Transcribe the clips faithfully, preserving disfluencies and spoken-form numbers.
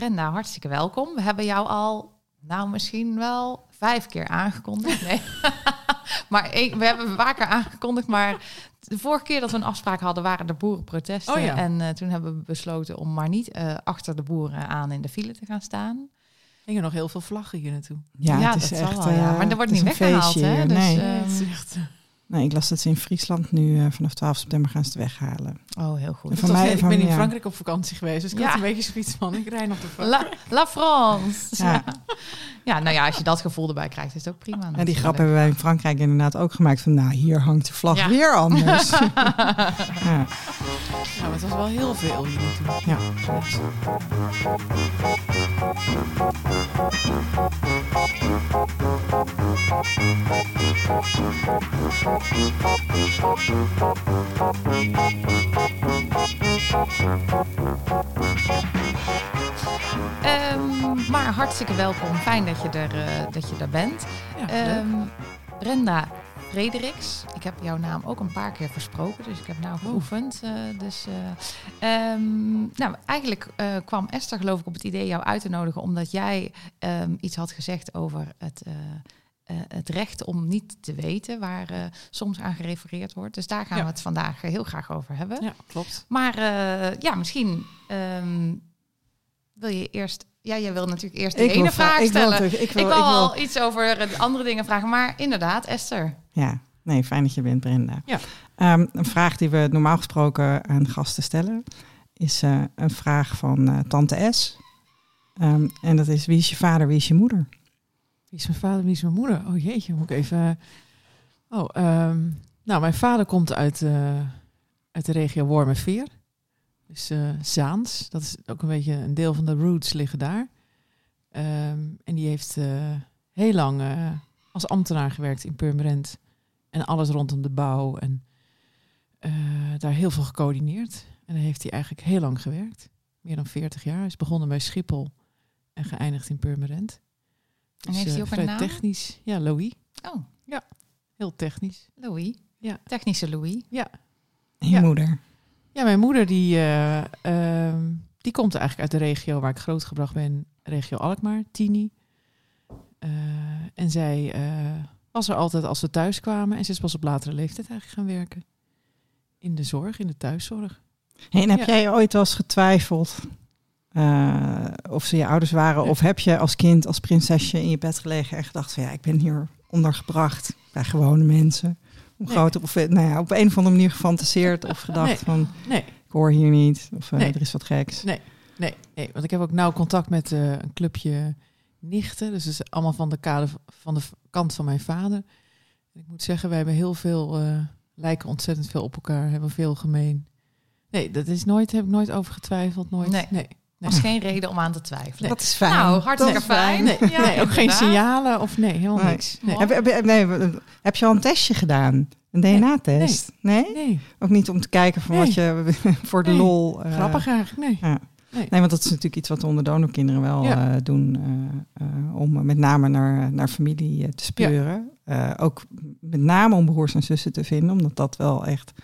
Brenda, hartstikke welkom. We hebben jou al, nou misschien wel vijf keer aangekondigd. Nee, maar één, we hebben vaker aangekondigd, maar de vorige keer dat we een afspraak hadden, waren er boerenprotesten. Oh ja. En uh, toen hebben we besloten om maar niet uh, achter de boeren aan in de file te gaan staan. Er hingen nog heel veel vlaggen hier naartoe. Ja, ja het is dat echt, zal wel, ja. Maar er wordt niet weggehaald, hè? Dus, nee. uh, Het is echt... nee, ik las dat ze in Friesland nu uh, vanaf twaalf september gaan ze het weghalen. Oh, heel goed. En Van van mij, ik van, ben in ja. Frankrijk op vakantie geweest, dus ik Ja. had een beetje zoiets van, ik rij nog de vlag. La, La France. Ja. Ja. Ja, nou ja, als je dat gevoel erbij krijgt, is het ook prima. En die natuurlijk. grap hebben wij in Frankrijk inderdaad ook gemaakt. Van nou, hier hangt de vlag Ja. weer anders. ja. Ja, maar het was wel heel veel hier naartoe. Ja. Um, maar hartstikke welkom. Fijn dat je er, uh, dat je er bent. Ja, Um, Brenda Frederiks. Ik heb jouw naam ook een paar keer versproken, dus ik heb nou geoefend. Uh, dus, uh, um, nou, eigenlijk uh, kwam Esther geloof ik op het idee jou uit te nodigen, omdat jij um, iets had gezegd over het, uh, uh, het recht om niet te weten, waar uh, soms aan gerefereerd wordt. Dus daar gaan ja. we het vandaag heel graag over hebben. Ja, klopt. Maar uh, ja, misschien um, wil je eerst... Ja, jij wil natuurlijk eerst de Ik ene wil vraag vra- ik wil stellen. terug- ik Ik wil- wil, ik wil- al iets over de andere dingen vragen. Maar inderdaad, Esther. Ja, nee, fijn dat je bent, Brenda. Ja. Um, een vraag die we normaal gesproken aan gasten stellen, is uh, een vraag van uh, tante S. Um, en dat is, wie is je vader, wie is je moeder? Wie is mijn vader, wie is mijn moeder? Oh jeetje, moet ik even... Oh, um, nou, mijn vader komt uit, uh, uit de regio Wormerveer. Dus uh, Zaans, dat is ook een beetje een deel van de roots liggen daar. Um, en die heeft uh, heel lang uh, als ambtenaar gewerkt in Purmerend. En alles rondom de bouw en uh, daar heel veel gecoördineerd. En daar heeft hij eigenlijk heel lang gewerkt. Meer dan veertig jaar. Hij is begonnen bij Schiphol en geëindigd in Purmerend. Dus, En heeft hij ook uh, een vrij naam? technisch. Ja, Louis. Oh, Heel technisch. Louis. Ja. Technische Louis. Ja. En je Ja. moeder. Ja, mijn moeder die, uh, uh, die komt eigenlijk uit de regio waar ik grootgebracht ben. Regio Alkmaar, Tini. Uh, en zij uh, was er altijd als we thuis kwamen. En ze is pas op latere leeftijd eigenlijk gaan werken. In de zorg, in de thuiszorg. Hey, en heb Ja. jij ooit wel eens getwijfeld uh, of ze je ouders waren? Nee. Of heb je als kind, als prinsesje in je bed gelegen en gedacht van ja, ik ben hier ondergebracht bij gewone mensen? Om Nee. grote, of nou ja, op een of andere manier gefantaseerd of gedacht Nee. van Nee, ik hoor hier niet of uh, Nee. er is wat geks. nee, nee, nee. Want ik heb ook nauw contact met uh, een clubje nichten. Dus het is allemaal van de, kade, van de kant van mijn vader. En ik moet zeggen, wij hebben heel veel, uh, lijken ontzettend veel op elkaar. Hebben veel gemeen. Nee, dat is nooit, heb ik nooit over getwijfeld. Nooit. Nee. nee. Er is geen reden om aan te twijfelen. Dat is fijn. Nou, hartstikke Dat is fijn. Nee, Ja, nee, ook geen inderdaad. signalen of nee, helemaal Nee. niks. Nee. Heb, heb, nee, heb je al een testje gedaan? Een D N A-test? Nee. Nee, Ook niet om te kijken van Nee. wat je voor de Nee. lol... uh, grappig eigenlijk, nee. Ja. Nee. Nee, want dat is natuurlijk iets wat we onder donorkinderen wel Ja. uh, doen. Uh, uh, om met name naar, naar familie uh, te speuren. Ja. Uh, ook met name om broers en zussen te vinden. Omdat dat wel echt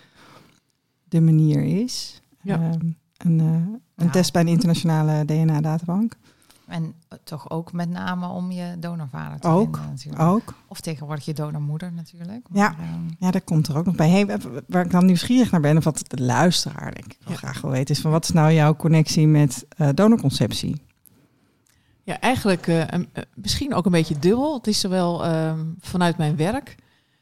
de manier is. Ja. Uh, een uh, een Nou. test bij een internationale D N A-databank. En toch ook met name om je donorvader te Ook, vinden natuurlijk. Ook. Of tegenwoordig je donormoeder natuurlijk. Ja. Maar, um, Ja, dat komt er ook nog bij. Hey, waar ik dan nieuwsgierig naar ben, of wat de luisteraar ik wel Ja. graag wil weten, is van wat is nou jouw connectie met uh, donorconceptie? Ja, eigenlijk uh, uh, misschien ook een beetje dubbel. Het is zowel uh, vanuit mijn werk.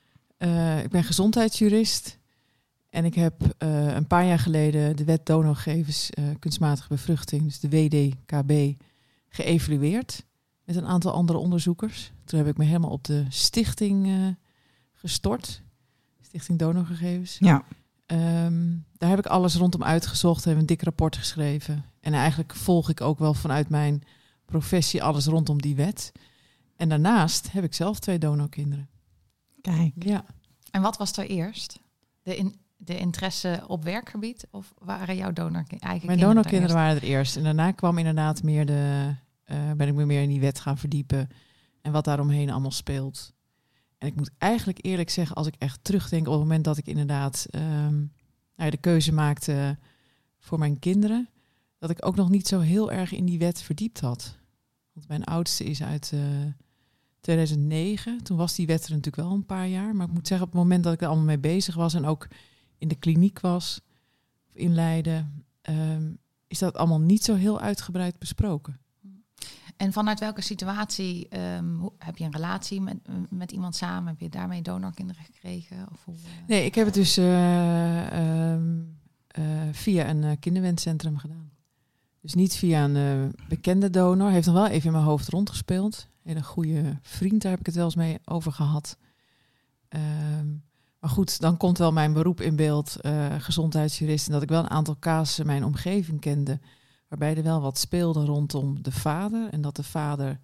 Uh, ik ben gezondheidsjurist. En ik heb uh, een paar jaar geleden de wet donorgegevens uh, kunstmatige bevruchting, dus de W D K B, geëvalueerd met een aantal andere onderzoekers. Toen heb ik me helemaal op de stichting uh, gestort. Stichting Donorgegevens. Ja. Um, daar heb ik alles rondom uitgezocht, heb een dik rapport geschreven. En eigenlijk volg ik ook wel vanuit mijn professie alles rondom die wet. En daarnaast heb ik zelf twee donorkinderen. Kijk. Ja. En wat was er eerst? De, in, de interesse op werkgebied? Of waren jouw donor, eigen Mijn kinderen donorkinderen daar waren er eerst. En daarna kwam inderdaad meer de, uh, ben ik me meer in die wet gaan verdiepen. En wat daaromheen allemaal speelt. En ik moet eigenlijk eerlijk zeggen, als ik echt terugdenk op het moment dat ik inderdaad um, nou ja, de keuze maakte voor mijn kinderen. dat ik ook nog niet zo heel erg in die wet verdiept had. Want mijn oudste is uit uh, tweeduizend negen. Toen was die wet er natuurlijk wel een paar jaar. Maar ik moet zeggen, op het moment dat ik er allemaal mee bezig was en ook in de kliniek was, of in Leiden, um, is dat allemaal niet zo heel uitgebreid besproken. En vanuit welke situatie um, hoe, heb je een relatie met, met iemand samen? Heb je daarmee donorkinderen gekregen? Of hoe, uh... Nee, ik heb het dus uh, um, uh, via een uh, kinderwenscentrum gedaan. Dus niet via een uh, bekende donor. Heeft nog wel even in mijn hoofd rondgespeeld. Een hele goede vriend, daar heb ik het wel eens mee over gehad. Um, maar goed, dan komt wel mijn beroep in beeld, uh, gezondheidsjurist. En dat ik wel een aantal casussen mijn omgeving kende, waarbij er wel wat speelde rondom de vader. En dat de vader,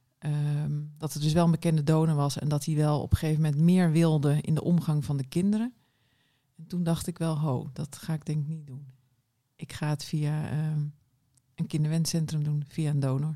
um, dat er dus wel een bekende donor was. En dat hij wel op een gegeven moment meer wilde in de omgang van de kinderen. En toen dacht ik wel, ho, dat ga ik denk ik niet doen. Ik ga het via um, een kinderwenscentrum doen, via een donor.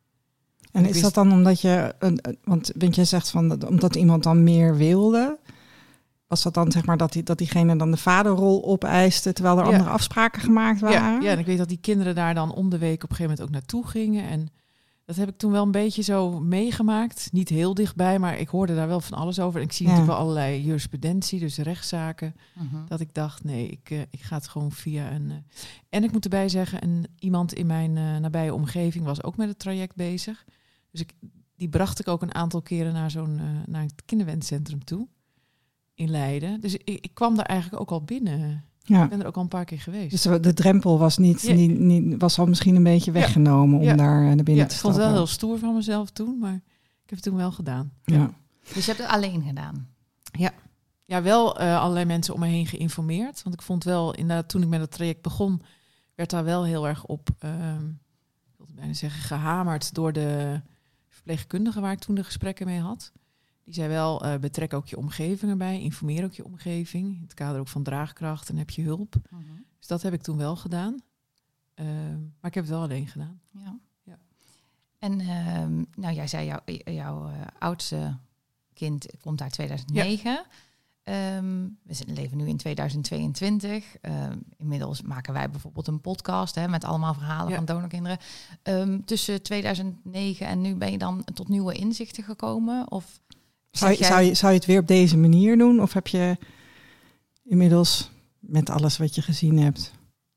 En is dat dan omdat je, want want je zegt van omdat iemand dan meer wilde, was dat dan zeg maar dat, die, dat diegene dan de vaderrol opeiste terwijl er ja. andere afspraken gemaakt waren? Ja, ja, en ik weet dat die kinderen daar dan om de week op een gegeven moment ook naartoe gingen. En dat heb ik toen wel een beetje zo meegemaakt. Niet heel dichtbij, maar ik hoorde daar wel van alles over. En ik zie ja. natuurlijk wel allerlei jurisprudentie, dus rechtszaken. Uh-huh. Dat ik dacht, nee, ik, uh, ik ga het gewoon via een... Uh... En ik moet erbij zeggen, een, iemand in mijn uh, nabije omgeving was ook met het traject bezig. Dus ik, die bracht ik ook een aantal keren naar zo'n uh, naar het kinderwenscentrum toe. In Leiden. Dus ik, ik kwam daar eigenlijk ook al binnen. Ja. Ik ben er ook al een paar keer geweest. Dus de drempel was niet, ja. niet, niet was al misschien een beetje weggenomen ja. om ja. daar naar binnen ja, te stappen. Ik vond het wel heel stoer van mezelf toen, maar ik heb het toen wel gedaan. Ja. Dus je hebt het alleen gedaan? Ja. Ja, wel uh, allerlei mensen om me heen geïnformeerd. Want ik vond wel, inderdaad, toen ik met het traject begon, werd daar wel heel erg op, uh, ik wilde bijna zeggen, gehamerd door de verpleegkundige waar ik toen de gesprekken mee had. Die zei wel, uh, betrek ook je omgeving erbij, informeer ook je omgeving. In het kader ook van draagkracht en heb je hulp. Uh-huh. Dus dat heb ik toen wel gedaan. Uh, maar ik heb het wel alleen gedaan. Ja. Ja. En uh, nou, jij zei, jou, jouw uh, oudste kind komt uit tweeduizend negen. Ja. Um, we leven nu in tweeduizend tweeëntwintig. Uh, inmiddels maken wij bijvoorbeeld een podcast hè, met allemaal verhalen ja. van donorkinderen. Um, tussen tweeduizend negen en nu ben je dan tot nieuwe inzichten gekomen? Of... Zou je, zou, je, zou je het weer op deze manier doen? Of heb je inmiddels met alles wat je gezien hebt?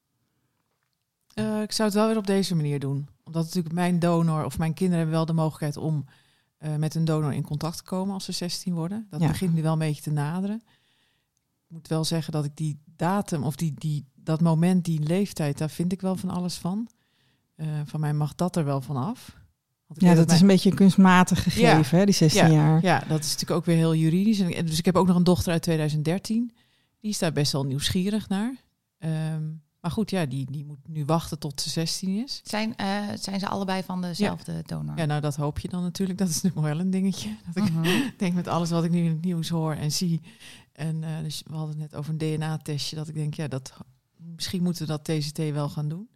Uh, ik zou het wel weer op deze manier doen. Omdat natuurlijk mijn donor of mijn kinderen hebben wel de mogelijkheid om uh, met een donor in contact te komen als ze zestien worden. Dat ja. begint nu wel een beetje te naderen. Ik moet wel zeggen dat ik die datum of die, die, dat moment, die leeftijd, daar vind ik wel van alles van. Uh, van mij mag dat er wel van af. Ja, dat, dat mijn... is een beetje een kunstmatig gegeven, ja. hè, die zestien ja. jaar. Ja, dat is natuurlijk ook weer heel juridisch. En dus ik heb ook nog een dochter uit tweeduizend dertien. Die is daar best wel nieuwsgierig naar. Um, maar goed, ja, die, die moet nu wachten tot ze zestien is. Zijn, uh, zijn ze allebei van dezelfde ja. donor? Ja, nou dat hoop je dan natuurlijk. Dat is natuurlijk wel een dingetje. Dat ik uh-huh. denk met alles wat ik nu in het nieuws hoor en zie. En uh, dus we hadden het net over een D N A-testje. Dat ik denk, ja, dat misschien moeten we dat T C T wel gaan doen.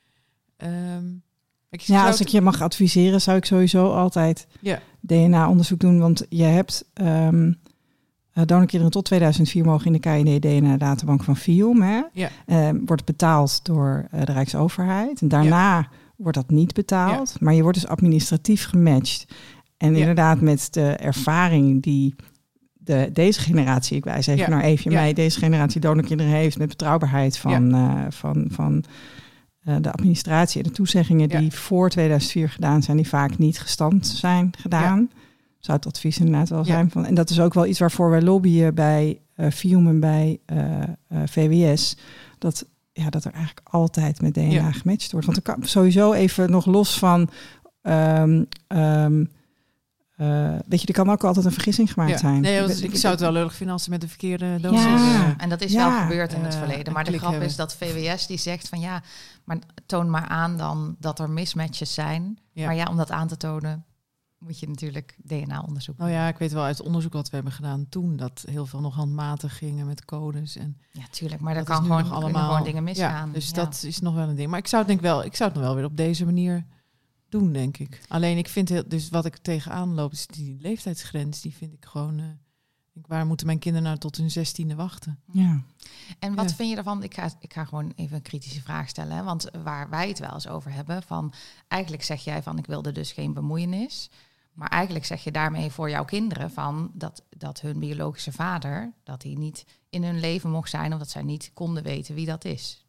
Um, Ja, als ik je mag adviseren, zou ik sowieso altijd ja. D N A-onderzoek doen. Want je hebt um, uh, donorkinderen tot tweeduizend vier mogen in de K N D D N A-databank van V I O M. Hè? Ja. Uh, wordt betaald door uh, de Rijksoverheid. En daarna ja. wordt dat niet betaald. Ja. Maar je wordt dus administratief gematcht. En ja. inderdaad met de ervaring die de, deze generatie, ik wijs even ja. naar even ja. mij, deze generatie donorkinderen heeft met betrouwbaarheid van... Ja. Uh, van, van Uh, de administratie en de toezeggingen die ja. voor tweeduizend vier gedaan zijn, die vaak niet gestand zijn gedaan. Ja. Zou het advies inderdaad wel zijn. Ja. Van, en dat is ook wel iets waarvoor wij lobbyen bij uh, V I O M en bij uh, uh, V W S. Dat, ja, dat er eigenlijk altijd met D N A ja. gematcht wordt. Want er kan sowieso even nog los van... Um, um, Uh, weet je, er kan ook altijd een vergissing gemaakt ja. zijn. Nee, was, ik zou het wel lullig vinden als ze met de verkeerde dosis... Ja. Ja. En dat is ja. wel gebeurd in het uh, verleden. Maar de grap hebben. is dat V W S die zegt van ja, maar toon maar aan dan dat er mismatches zijn. Ja. Maar ja, om dat aan te tonen moet je natuurlijk D N A-onderzoek doen. Nou ja, ik weet wel uit het onderzoek wat we hebben gedaan toen... dat heel veel nog handmatig gingen met codes. En ja, tuurlijk, maar dat, dat kan gewoon, nog allemaal gewoon dingen misgaan. Ja, dus ja. dat is nog wel een ding. Maar ik zou het denk wel, ik zou het nog wel weer op deze manier... doen, denk ik. Alleen ik vind, heel, dus wat ik tegenaan loop, is die leeftijdsgrens, die vind ik gewoon uh, Ik, waar moeten mijn kinderen nou tot hun zestiende wachten? Ja. En wat Ja. vind je ervan? Ik ga, ik ga gewoon even een kritische vraag stellen. Hè? Want waar wij het wel eens over hebben, van eigenlijk zeg jij van ik wilde dus geen bemoeienis. Maar eigenlijk zeg je daarmee voor jouw kinderen van dat, dat hun biologische vader, dat hij niet in hun leven mocht zijn of dat zij niet konden weten wie dat is.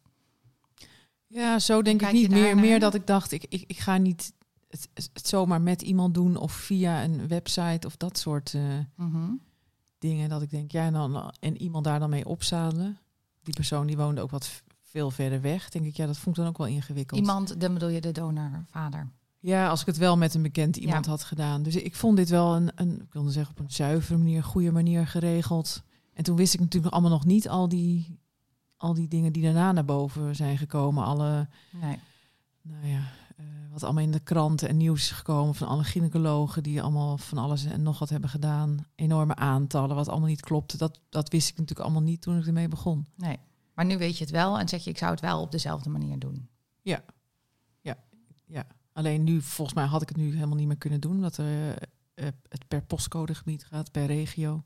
Ja, zo denk Kijk ik je niet. Meer, daarnaar? meer dat ik dacht, ik, ik, ik ga niet het, het zomaar met iemand doen of via een website of dat soort uh, Mm-hmm. dingen. Dat ik denk, ja, en, dan, en iemand daar dan mee opzadelen. Die persoon die woonde ook wat v- veel verder weg. Denk ik, ja, dat vond ik dan ook wel ingewikkeld. Iemand, dan bedoel je de donorvader. Ja, als ik het wel met een bekend iemand Ja. had gedaan. Dus ik vond dit wel een, een, ik wilde zeggen op een zuivere manier, goede manier geregeld. En toen wist ik natuurlijk allemaal nog niet al die, al die dingen die daarna naar boven zijn gekomen. Alle, Nee. nou ja, uh, wat allemaal in de kranten en nieuws is gekomen van alle gynaecologen die allemaal van alles en nog wat hebben gedaan. Enorme aantallen, wat allemaal niet klopte. Dat, dat wist ik natuurlijk allemaal niet toen ik ermee begon. Nee. Maar nu weet je het wel en zeg je ik zou het wel op dezelfde manier doen. Ja, ja, ja. Alleen nu, volgens mij had ik het nu helemaal niet meer kunnen doen. Omdat er, uh, uh, het per postcodegebied gaat, per regio.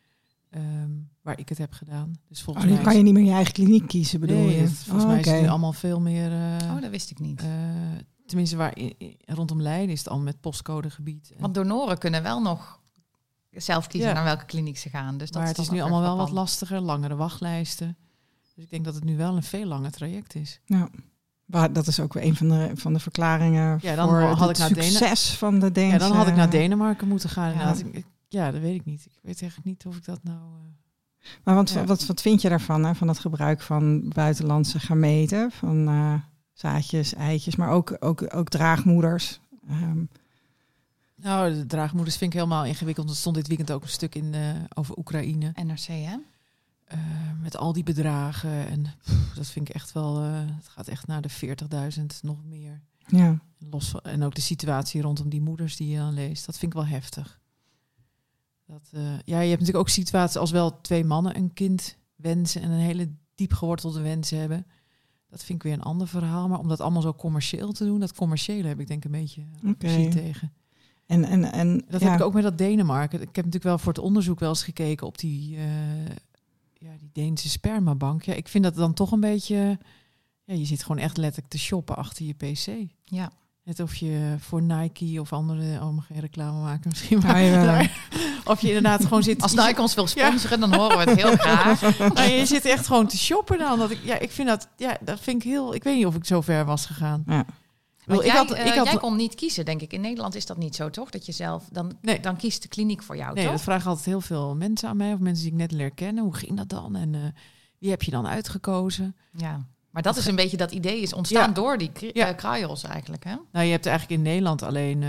Um, waar ik het heb gedaan. Dus volgens oh, nu mij kan je niet meer je eigen kliniek kiezen, bedoel nee, je? het, volgens oh, mij okay. is het nu allemaal veel meer... Uh, oh, dat wist ik niet. Uh, tenminste, waar in, in, rondom Leiden is het allemaal met postcodegebied. Want donoren kunnen wel nog zelf kiezen ja. naar welke kliniek ze gaan. Dus dat maar is het is nu allemaal wel wat lastiger, langere wachtlijsten. Dus ik denk dat het nu wel een veel langer traject is. Ja. Maar dat is ook weer een van de, van de verklaringen ja, dan voor had het ik naar succes Denen... van de Deense... Ja, dan had ik naar Denemarken moeten gaan. Ja, ik, ja dat weet ik niet. Ik weet eigenlijk niet of ik dat nou... Uh... Maar wat, ja. wat, wat vind je daarvan, hè? Van het gebruik van buitenlandse gameten, van uh, zaadjes, eitjes, maar ook, ook, ook draagmoeders? Um. Nou, de draagmoeders vind ik helemaal ingewikkeld. Er stond dit weekend ook een stuk in uh, over Oekraïne. N R C, hè? Uh, met al die bedragen. En pff, dat vind ik echt wel... Uh, het gaat echt naar de veertigduizend, nog meer. Ja. Los van, en ook de situatie rondom die moeders die je dan leest. Dat vind ik wel heftig. Dat, uh, ja, je hebt natuurlijk ook situaties als wel twee mannen een kind wensen en een hele diep gewortelde wens hebben. Dat vind ik weer een ander verhaal. Maar om dat allemaal zo commercieel te doen, dat commerciële heb ik denk ik een beetje okay. tegen. En, en, en, dat ja. heb ik ook met dat Denemarken. Ik heb natuurlijk wel voor het onderzoek wel eens gekeken op die, uh, ja, die Deense spermabank. Ja, ik vind dat dan toch een beetje... Ja, je zit gewoon echt letterlijk te shoppen achter je pc. Ja. Net of je voor Nike of andere, oh, mag geen reclame maken misschien, maar, Ah, ja. maar of je inderdaad gewoon zit... Als Nike ons wil sponsoren, ja. dan horen we het heel graag. Nou, je zit echt gewoon te shoppen dan. Dat ik, ja, ik vind dat, ja, dat vind ik heel... Ik weet niet of ik zo ver was gegaan. Ja. Want jij, had, uh, had, jij kon niet kiezen, denk ik. In Nederland is dat niet zo, toch? Dat je zelf, dan, nee. dan kiest de kliniek voor jou, nee, toch? dat vragen altijd heel veel mensen aan mij. Of mensen die ik net leer kennen. Hoe ging dat dan? En uh, wie heb je dan uitgekozen? Ja. Maar dat is een beetje dat idee is ontstaan ja. door die kri- ja. uh, kraaiels eigenlijk, hè? Nou, je hebt eigenlijk in Nederland alleen... Uh,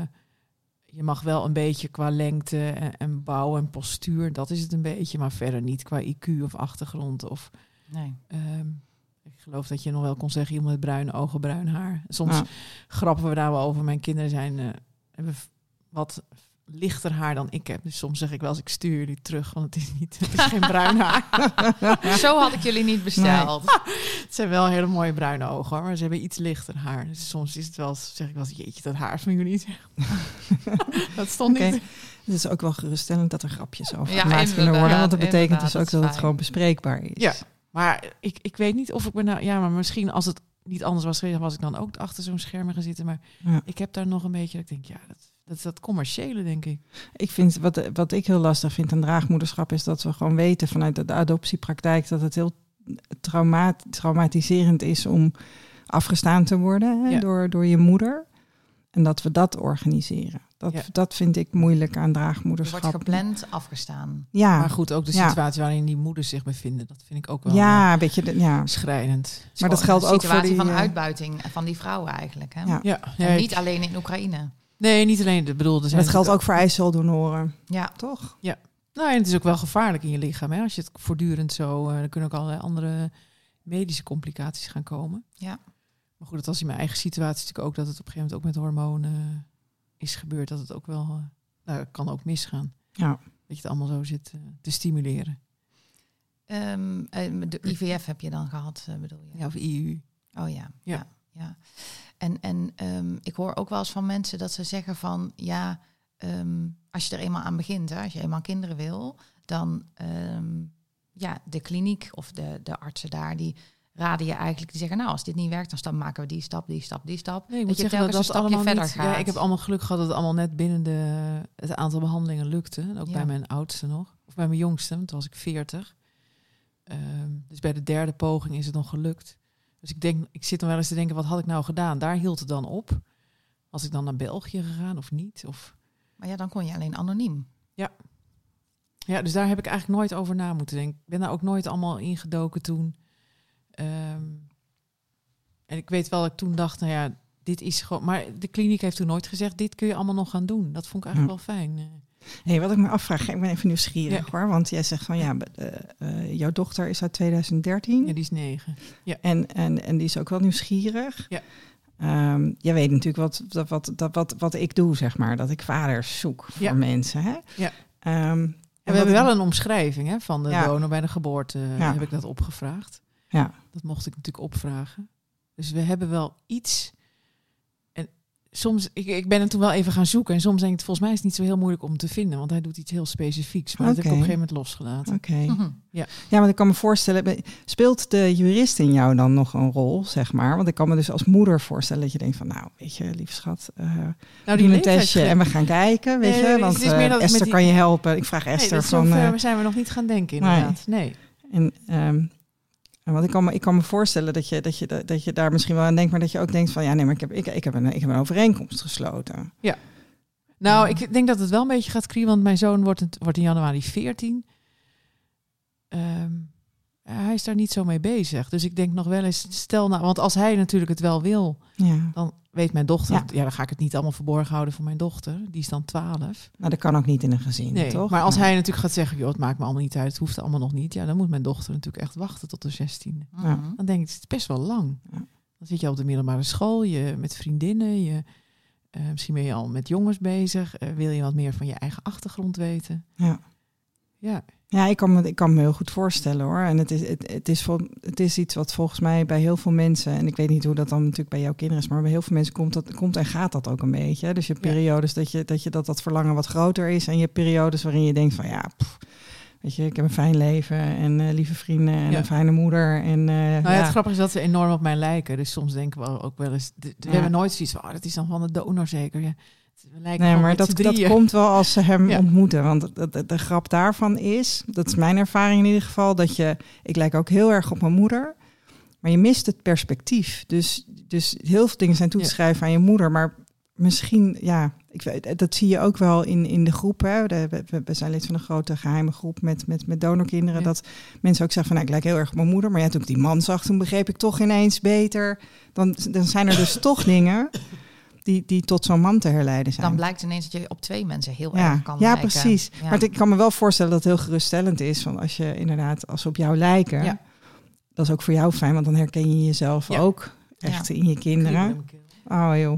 je mag wel een beetje qua lengte en, en bouw en postuur. Dat is het een beetje. Maar verder niet qua I Q of achtergrond. Of, nee. Um, ik geloof dat je nog wel kon zeggen... iemand met bruine ogen, bruin haar. Soms ja. grappen we daar wel over. Mijn kinderen zijn uh, hebben wat... lichter haar dan ik heb. Dus soms zeg ik wel eens, ik stuur jullie terug, want het is, niet, het is geen bruin haar. Zo had ik jullie niet besteld. Nee. Het zijn wel hele mooie bruine ogen, hoor, maar ze hebben iets lichter haar. Dus soms is het wel, zeg ik wel eens, jeetje, dat haar van jullie. Dat stond okay. niet. Het is ook wel geruststellend dat er grapjes over ja, gemaakt kunnen worden, want dat betekent dus ook dat, dat het gewoon bespreekbaar is. Ja, maar ik, ik weet niet of ik me nou... Ja, maar misschien als het niet anders was geweest, was ik dan ook achter zo'n scherm gaan zitten. Maar ja. ik heb daar nog een beetje, ik denk, ja, dat... Dat is dat commerciële, denk ik. Ik vind, wat, wat ik heel lastig vind aan draagmoederschap... is dat we gewoon weten vanuit de adoptiepraktijk... dat het heel trauma- traumatiserend is om afgestaan te worden hè, ja. door, door je moeder. En dat we dat organiseren. Dat, ja. dat vind ik moeilijk aan draagmoederschap. Je wordt gepland afgestaan. Ja. Maar goed, ook de situatie ja. waarin die moeders zich bevinden... dat vind ik ook wel ja, een beetje de, ja. schrijnend. Maar dat geldt ook voor die... van uitbuiting van die vrouwen eigenlijk. Hè? Ja. Ja. Ja, en niet ik... alleen in Oekraïne. Nee, niet alleen. De bedoelde. Dat geldt ook voor eiceldonoren. Ja. Toch? Ja. Nou, en het is ook wel gevaarlijk in je lichaam. Hè? Als je het voortdurend zo... Uh, er kunnen ook allerlei andere medische complicaties gaan komen. Ja. Maar goed, dat was in mijn eigen situatie natuurlijk ook... dat het op een gegeven moment ook met hormonen uh, is gebeurd. Dat het ook wel... Uh, nou, kan ook misgaan. Ja. Dat je het allemaal zo zit uh, te stimuleren. Um, de I V F heb je dan gehad, uh, bedoel je? Ja, of I U. Oh ja. Ja. ja, ja. En, en um, ik hoor ook wel eens van mensen dat ze zeggen van... ja, um, als je er eenmaal aan begint, hè, als je eenmaal kinderen wil... dan um, ja, de kliniek of de, de artsen daar, die raden je eigenlijk, die zeggen, nou, als dit niet werkt, dan maken we die stap, die stap, die stap. Nee, ik dat moet je zeggen dat telkens dat een stapje allemaal verder niet, gaat. ja, ik heb allemaal geluk gehad dat het allemaal net binnen de, het aantal behandelingen lukte. Ook Ja. bij mijn oudste nog. Of bij mijn jongste, want toen was ik veertig. Um, dus bij de derde poging is het nog gelukt. Dus ik denk, ik zit dan wel eens te denken, wat had ik nou gedaan? Daar hield het dan op. Was ik dan naar België gegaan of niet? Of... Maar ja, dan kon je alleen anoniem. Ja. Ja, dus daar heb ik eigenlijk nooit over na moeten denken. Ik ben daar ook nooit allemaal ingedoken toen. Um, en ik weet wel dat ik toen dacht, nou ja, dit is gewoon... Maar de kliniek heeft toen nooit gezegd, dit kun je allemaal nog gaan doen. Dat vond ik eigenlijk hm. wel fijn. Hey, wat ik me afvraag, ik ben even nieuwsgierig ja. hoor. Want jij zegt van ja, uh, uh, jouw dochter is uit twintig dertien. Ja, die is negen. Ja. En, en, en die is ook wel nieuwsgierig. Ja. Um, jij weet natuurlijk wat, dat, wat, dat, wat, wat ik doe, zeg maar. Dat ik vaders zoek voor ja. mensen. Hè? Ja. Um, en we hebben wel een omschrijving hè, van de ja. donor bij de geboorte. Ja. Heb ik dat opgevraagd. Ja. Dat mocht ik natuurlijk opvragen. Dus we hebben wel iets... En soms, ik, ik ben hem toen wel even gaan zoeken. En soms denk ik, volgens mij is het niet zo heel moeilijk om te vinden. Want hij doet iets heel specifieks. Maar okay. dat heb ik op een gegeven moment losgelaten. Oké. Okay. Mm-hmm. Ja. ja, want ik kan me voorstellen... Speelt de jurist in jou dan nog een rol, zeg maar? Want ik kan me dus als moeder voorstellen dat je denkt van... Nou, weet je, lieve schat, uh, nou, die doen een testje en we gaan kijken, weet nee, je? Want uh, Esther die... kan je helpen. Ik vraag Esther nee, van... Zover uh, zijn we nog niet gaan denken, inderdaad. Nee. nee. En... Um, Want ik kan me, ik kan me voorstellen dat je, dat, je, dat je daar misschien wel aan denkt, maar dat je ook denkt van ja, nee, maar ik heb, ik, ik heb, een, ik heb een overeenkomst gesloten. Ja. Nou, ik denk dat het wel een beetje gaat kriebelen, want mijn zoon wordt, het, wordt in januari veertien. Um, hij is daar niet zo mee bezig. Dus ik denk nog wel eens, stel nou, want als hij natuurlijk het wel wil, ja. dan weet mijn dochter, ja. ja, dan ga ik het niet allemaal verborgen houden voor mijn dochter. Die is dan twaalf. Nou, dat kan ook niet in een gezin, nee, toch? Maar als ja. hij natuurlijk gaat zeggen, joh, het maakt me allemaal niet uit, het hoeft allemaal nog niet. Ja, dan moet mijn dochter natuurlijk echt wachten tot de zestiende. Ja. Dan denk ik, het is best wel lang. Ja. Dan zit je op de middelbare school, je met vriendinnen, je, uh, misschien ben je al met jongens bezig. Uh, wil je wat meer van je eigen achtergrond weten? Ja. Ja. Ja, ik kan, me, ik kan me heel goed voorstellen hoor. En het is, het, het, is vol, het is iets wat volgens mij bij heel veel mensen... en ik weet niet hoe dat dan natuurlijk bij jouw kinderen is... maar bij heel veel mensen komt, dat, komt en gaat dat ook een beetje. Dus je hebt periodes dat, je, dat, je, dat dat verlangen wat groter is... en je hebt periodes waarin je denkt van ja... Pff, weet je, ik heb een fijn leven en uh, lieve vrienden en ja. een fijne moeder. En, uh, nou ja, ja. Het grappige is dat ze enorm op mij lijken. Dus soms denken we ook wel eens... We ja. hebben nooit zoiets van, oh, dat is dan van de donor zeker. Ja. Nee, maar dat, dat komt wel als ze hem ja. ontmoeten. Want de, de, de grap daarvan is, dat is mijn ervaring in ieder geval, dat je, ik lijk ook heel erg op mijn moeder, maar je mist het perspectief. Dus, dus heel veel dingen zijn toe te ja. schrijven aan je moeder, maar misschien, ja, ik weet, dat zie je ook wel in, in de groep. Hè. De, we, we zijn lid van een grote geheime groep met, met, met donorkinderen, ja. dat mensen ook zeggen van, nou, ik lijk heel erg op mijn moeder, maar ja, toen ik die man zag, toen begreep ik toch ineens beter. Dan, dan zijn er dus toch dingen... Die, die tot zo'n man te herleiden zijn. Dan blijkt ineens dat je op twee mensen heel ja. erg kan ja, lijken. Precies. Ja, maar ik kan me wel voorstellen dat het heel geruststellend is. Van als je inderdaad, als ze op jou lijken... Ja. Dat is ook voor jou fijn, want dan herken je jezelf ja. ook echt ja. in je kinderen. Oh joh.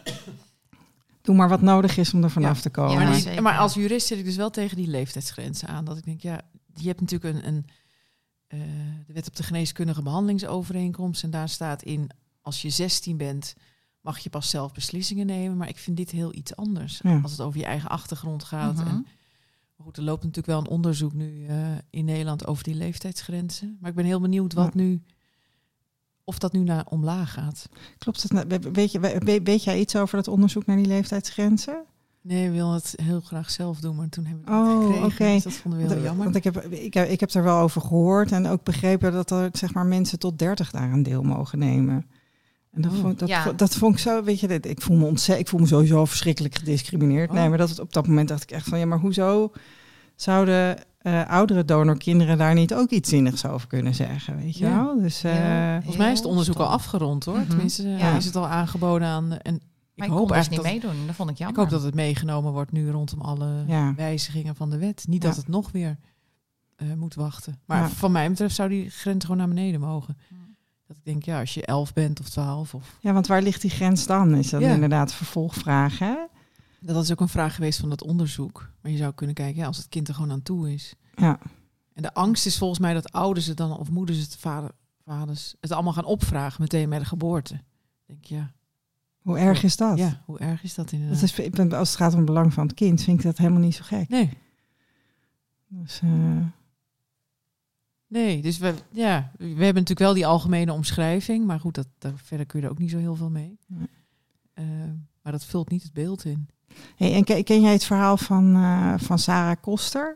Doe maar wat nodig is om er vanaf ja. te komen. Ja, maar, die, maar als jurist zit ik dus wel tegen die leeftijdsgrenzen aan. Dat ik denk, ja, je hebt natuurlijk een... een uh, de wet op de geneeskundige behandelingsovereenkomst. En daar staat in, als je zestien bent... mag je pas zelf beslissingen nemen. Maar ik vind dit heel iets anders. Ja. Als het over je eigen achtergrond gaat. Uh-huh. En goed, er loopt natuurlijk wel een onderzoek nu uh, in Nederland over die leeftijdsgrenzen. Maar ik ben heel benieuwd wat ja. nu... of dat nu naar omlaag gaat. Klopt het? Nou, weet, je, weet, weet jij iets over dat onderzoek naar die leeftijdsgrenzen? Nee, we wilden het heel graag zelf doen, maar toen hebben we het oh, niet gekregen. Okay. Dus dat vonden we heel want, jammer. Want ik heb, ik, heb, ik heb er wel over gehoord en ook begrepen dat er zeg maar mensen tot dertig daar een deel mogen nemen. En dat, oh, vond, dat, ja. vond, dat vond ik zo, weet je, ik voel me ontzettend, ik voel me sowieso verschrikkelijk gediscrimineerd. Oh. Nee, maar dat, op dat moment dacht ik echt van, ja, maar hoezo zouden uh, oudere donorkinderen daar niet ook iets zinnigs over kunnen zeggen, weet je ja. wel? Dus, uh, ja, volgens mij is het onderzoek al afgerond, hoor. Mm-hmm. Tenminste, ja. is het al aangeboden aan... En ik, ik hoop eigenlijk dus niet meedoen, dat vond ik jammer. Ik hoop dat het meegenomen wordt nu rondom alle ja. wijzigingen van de wet. Niet ja. dat het nog weer uh, moet wachten. Maar ja. van mij betreft zou die grens gewoon naar beneden mogen. Ja. Dat ik denk, ja, als je elf bent of twaalf. Of... Ja, want waar ligt die grens dan? Is dat ja. inderdaad een vervolgvraag, hè? Dat is ook een vraag geweest van dat onderzoek. Maar je zou kunnen kijken, ja, als het kind er gewoon aan toe is. Ja. En de angst is volgens mij dat ouders het dan, of moeders het, vader, vaders, het allemaal gaan opvragen meteen bij de geboorte. Ik denk, ja. Hoe erg is dat? Ja, hoe erg is dat inderdaad? Dat is, als het gaat om het belang van het kind, vind ik dat helemaal niet zo gek. Nee. Dus, uh... Nee, dus we, ja, we hebben natuurlijk wel die algemene omschrijving. Maar goed, dat, daar, verder kun je er ook niet zo heel veel mee. Nee. Uh, maar dat vult niet het beeld in. Hey, en ken, ken jij het verhaal van, uh, van Sarah Koster?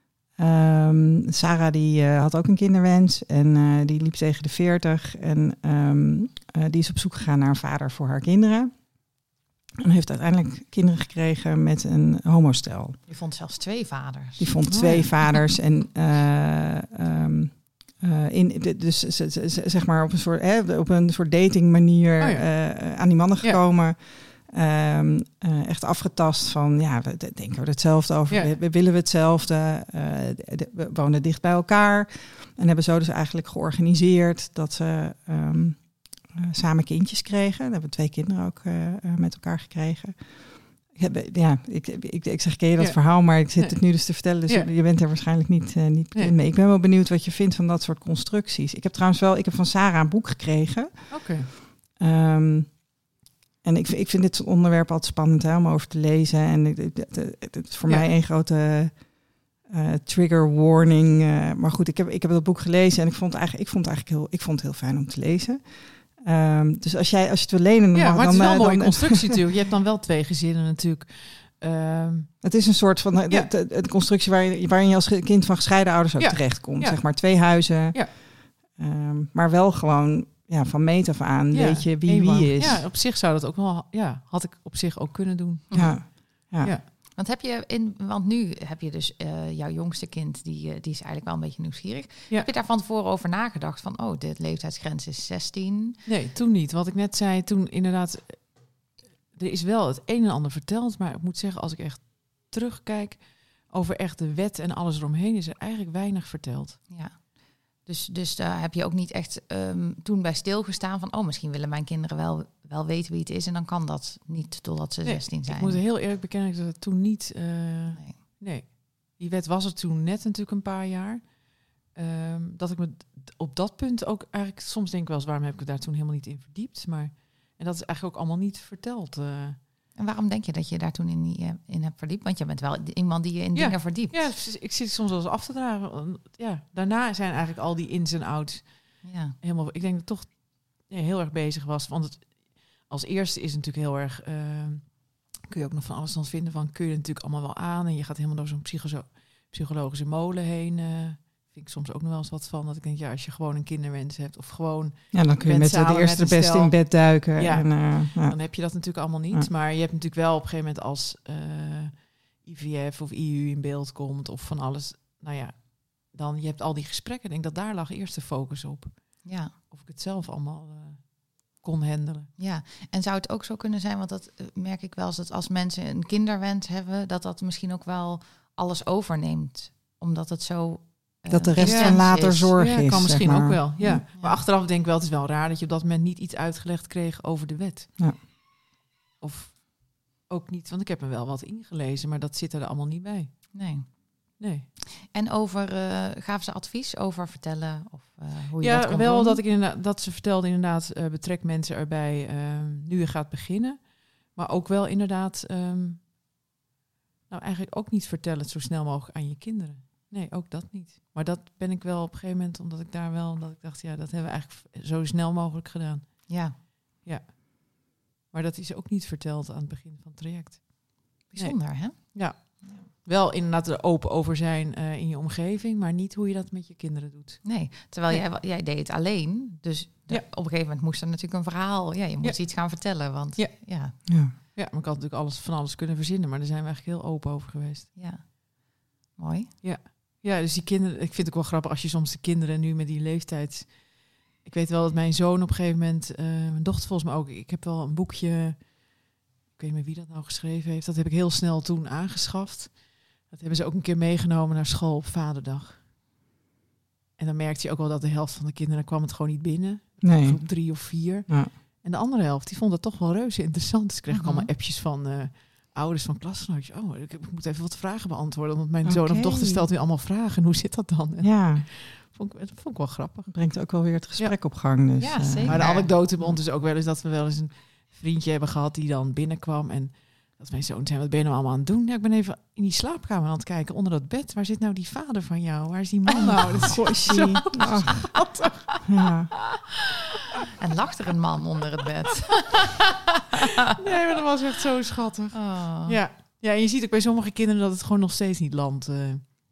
Um, Sarah die uh, had ook een kinderwens en uh, die liep tegen de veertig. En um, uh, die is op zoek gegaan naar een vader voor haar kinderen. En heeft uiteindelijk kinderen gekregen met een homostel. Die vond zelfs twee vaders. Die vond twee oh, ja. vaders. En uh, um, uh, in, de, dus zeg maar op een soort, hè, op een soort dating manier oh, ja. uh, aan die mannen gekomen. Ja. Um, uh, echt afgetast van, ja, we denken we hetzelfde over, ja. we, we willen we hetzelfde, uh, de, de, we wonen dicht bij elkaar. En hebben zo dus eigenlijk georganiseerd dat ze um, uh, samen kindjes kregen. We hebben twee kinderen ook uh, uh, met elkaar gekregen. Ik heb, ja, ik, ik, ik zeg, ken je dat ja. verhaal, maar ik zit nee. het nu dus te vertellen, dus ja. je bent er waarschijnlijk niet, uh, niet bekend nee. mee. Ik ben wel benieuwd wat je vindt van dat soort constructies. Ik heb trouwens wel, ik heb van Sarah een boek gekregen. Oké. Okay. Um, En ik, ik vind dit soort onderwerp altijd spannend hè, om over te lezen. En het, het, het is voor ja. mij een grote uh, trigger warning. Uh, maar goed, ik heb, ik heb dat boek gelezen en ik vond, eigenlijk, ik vond het eigenlijk heel, ik vond het heel fijn om te lezen. Um, dus als, jij, als je het wil lenen... Ja, dan, maar het is wel dan, een mooie dan, constructie natuurlijk. Je hebt dan wel twee gezinnen natuurlijk. Um, het is een soort van ja. de, de, de constructie waarin, waarin je als kind van gescheiden ouders ook ja. terechtkomt. Ja. Zeg maar twee huizen. Ja. Um, maar wel gewoon... Ja, van meet af aan ja, weet je wie eenmaal. Wie is. Ja, op zich zou dat ook wel... Ja, had ik op zich ook kunnen doen. Ja, ja. ja. Want heb je in... Want nu heb je dus uh, jouw jongste kind... Die, uh, die is eigenlijk wel een beetje nieuwsgierig. Ja. Heb je daar van tevoren over nagedacht? Van, oh, de leeftijdsgrens is zestien. Nee, toen niet. Wat ik net zei, toen inderdaad... Er is wel het een en ander verteld. Maar ik moet zeggen, als ik echt terugkijk... over echt de wet en alles eromheen... is er eigenlijk weinig verteld. Ja. Dus, dus daar heb je ook niet echt um, toen bij stilgestaan van... oh, misschien willen mijn kinderen wel, wel weten wie het is... en dan kan dat niet totdat ze nee, zestien zijn. Ik moet heel eerlijk bekennen dat het toen niet... Uh, nee. nee, die wet was er toen net natuurlijk een paar jaar. Um, dat ik me op dat punt ook eigenlijk... soms denk ik wel eens, waarom heb ik het daar toen helemaal niet in verdiept? Maar, en dat is eigenlijk ook allemaal niet verteld... Uh, En waarom denk je dat je daar toen in, in hebt verdiept? Want je bent wel iemand die je in ja. dingen verdiept. Ja, ik zit soms wel eens af te dragen. Ja, daarna zijn eigenlijk al die ins en outs ja. helemaal... Ik denk dat ik toch ja, heel erg bezig was. Want het, als eerste is het natuurlijk heel erg... Uh, kun je ook nog van alles dan vinden van... kun je natuurlijk allemaal wel aan. En je gaat helemaal door zo'n psycho- psychologische molen heen... Uh, vind ik soms ook nog wel eens wat van. Dat ik denk, ja, als je gewoon een kinderwens hebt... of gewoon... Ja, dan kun je met de eerste de beste in bed duiken. Ja, en, uh, ja. dan heb je dat natuurlijk allemaal niet. Ja. Maar je hebt natuurlijk wel op een gegeven moment... als uh, I V F of I U in beeld komt... of van alles... Nou ja, dan je hebt al die gesprekken. Ik denk dat daar lag eerst de focus op. Ja. Of ik het zelf allemaal uh, kon handelen. Ja, en zou het ook zo kunnen zijn... want dat uh, merk ik wel eens... dat als mensen een kinderwens hebben... dat dat misschien ook wel alles overneemt. Omdat het zo... Dat de rest ja, van later is. zorg ja, is. kan misschien zeg maar. ook wel. Ja. Ja. Maar achteraf denk ik wel, het is wel raar dat je op dat moment niet iets uitgelegd kreeg over de wet. Ja. Of ook niet, want ik heb er wel wat ingelezen, maar dat zit er allemaal niet bij. Nee. Nee. En over, uh, gaven ze advies over vertellen? Of uh, hoe je ja, dat kan wel doen? dat ik inderdaad, dat ze vertelde inderdaad, uh, betrek mensen erbij uh, nu je gaat beginnen. Maar ook wel inderdaad, um, nou eigenlijk ook niet vertellen het zo snel mogelijk aan je kinderen. Nee, ook dat niet. Maar dat ben ik wel op een gegeven moment, omdat ik daar wel, dat ik dacht, ja, dat hebben we eigenlijk zo snel mogelijk gedaan. Ja. Ja. Maar dat is ook niet verteld aan het begin van het traject. Bijzonder, nee. hè? Ja. ja. Wel inderdaad er open over zijn uh, in je omgeving, maar niet hoe je dat met je kinderen doet. Nee, terwijl nee. Jij, jij deed het alleen. Dus de, ja. op een gegeven moment moest er natuurlijk een verhaal. Ja, je moest ja. iets gaan vertellen, want ja. Ja. ja. Ja, maar ik had natuurlijk alles van alles kunnen verzinnen, maar daar zijn we eigenlijk heel open over geweest. Ja. Mooi. Ja. Ja, dus die kinderen, ik vind het ook wel grappig als je soms de kinderen nu met die leeftijd... Ik weet wel dat mijn zoon op een gegeven moment, uh, mijn dochter volgens mij ook, ik heb wel een boekje, ik weet niet meer wie dat nou geschreven heeft, dat heb ik heel snel toen aangeschaft. Dat hebben ze ook een keer meegenomen naar school op Vaderdag. En dan merkte je ook wel dat de helft van de kinderen kwam het gewoon niet binnen. Nee. Groep drie of vier. Ja. En de andere helft, die vond dat toch wel reuze interessant. Dus kreeg ik uh-huh. allemaal appjes van... Uh, ouders van klasgenootjes. Oh, ik, ik moet even wat vragen beantwoorden. Want mijn okay. zoon of dochter stelt nu allemaal vragen. Hoe zit dat dan? Ja. Vond ik, dat vond ik wel grappig. Brengt ook wel weer het gesprek ja. op gang. Dus, ja, zeker. Maar de anekdote bij ons is ook wel eens dat we wel eens een vriendje hebben gehad die dan binnenkwam. En dat mijn zoon zei, wat ben je nou allemaal aan het doen? Ja, ik ben even in die slaapkamer aan het kijken, onder dat bed. Waar zit nou die vader van jou? Waar is die man nou? Dat is zo schattig. Ja. En lag er een man onder het bed. Nee, maar dat was echt zo schattig. Oh. Ja. Ja, en je ziet ook bij sommige kinderen dat het gewoon nog steeds niet landt. Uh,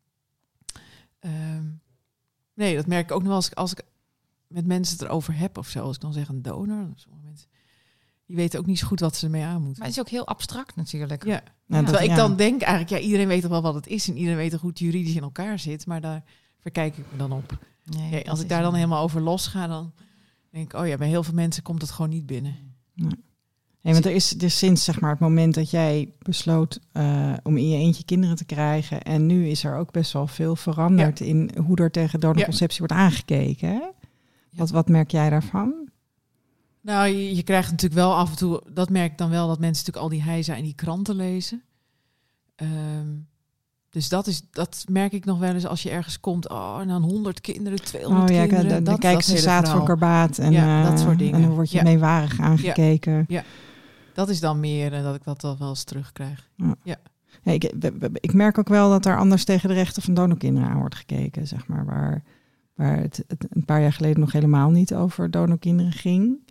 um, nee, dat merk ik ook nog als ik, als ik met mensen het erover heb of zo. Als ik dan zeg een donor. Sommige mensen, die weten ook niet zo goed wat ze ermee aan moeten. Maar het is ook heel abstract natuurlijk. Ja. Ja, terwijl dat, ik ja. dan denk eigenlijk, ja, iedereen weet toch wel wat het is. En iedereen weet toch hoe het juridisch in elkaar zit. Maar daar verkijk ik me dan op. Nee, ja, als ik daar dan helemaal over los ga, dan denk ik, oh ja, bij heel veel mensen komt het gewoon niet binnen. Nee. Nee, want er is dus sinds zeg maar het moment dat jij besloot uh, om in je eentje kinderen te krijgen. En nu is er ook best wel veel veranderd ja. in hoe er tegen donorconceptie ja. wordt aangekeken. Hè? Ja. Wat, wat merk jij daarvan? Nou, je, je krijgt natuurlijk wel af en toe, dat merk ik dan wel, dat mensen natuurlijk al die heisa in die kranten lezen. Um, dus dat is, dat merk ik nog wel eens als je ergens komt. Oh, en dan honderd kinderen, tweehonderd oh, ja, kinderen. Dan, dan kijken ze zaad voor karbaat en ja, dat soort dingen. En dan word je ja. meewarig aangekeken. Ja. ja, dat is dan meer uh, dat ik dat wel eens terugkrijg. Ja. Ja. Ja, ik, ik merk ook wel dat er anders tegen de rechten van donorkinderen aan wordt gekeken, zeg maar, waar, waar het, het een paar jaar geleden nog helemaal niet over donorkinderen ging.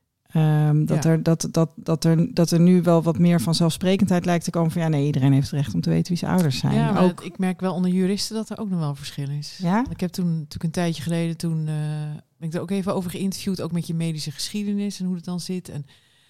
Um, dat, ja. er, dat, dat, dat, er, dat er nu wel wat meer vanzelfsprekendheid lijkt te komen van ja, nee, iedereen heeft het recht om te weten wie zijn ouders zijn. Ja, maar ook. Het, ik merk wel onder juristen dat er ook nog wel verschil is. Ja? Ik heb toen natuurlijk een tijdje geleden, toen uh, ben ik er ook even over geïnterviewd, ook met je medische geschiedenis en hoe het dan zit. En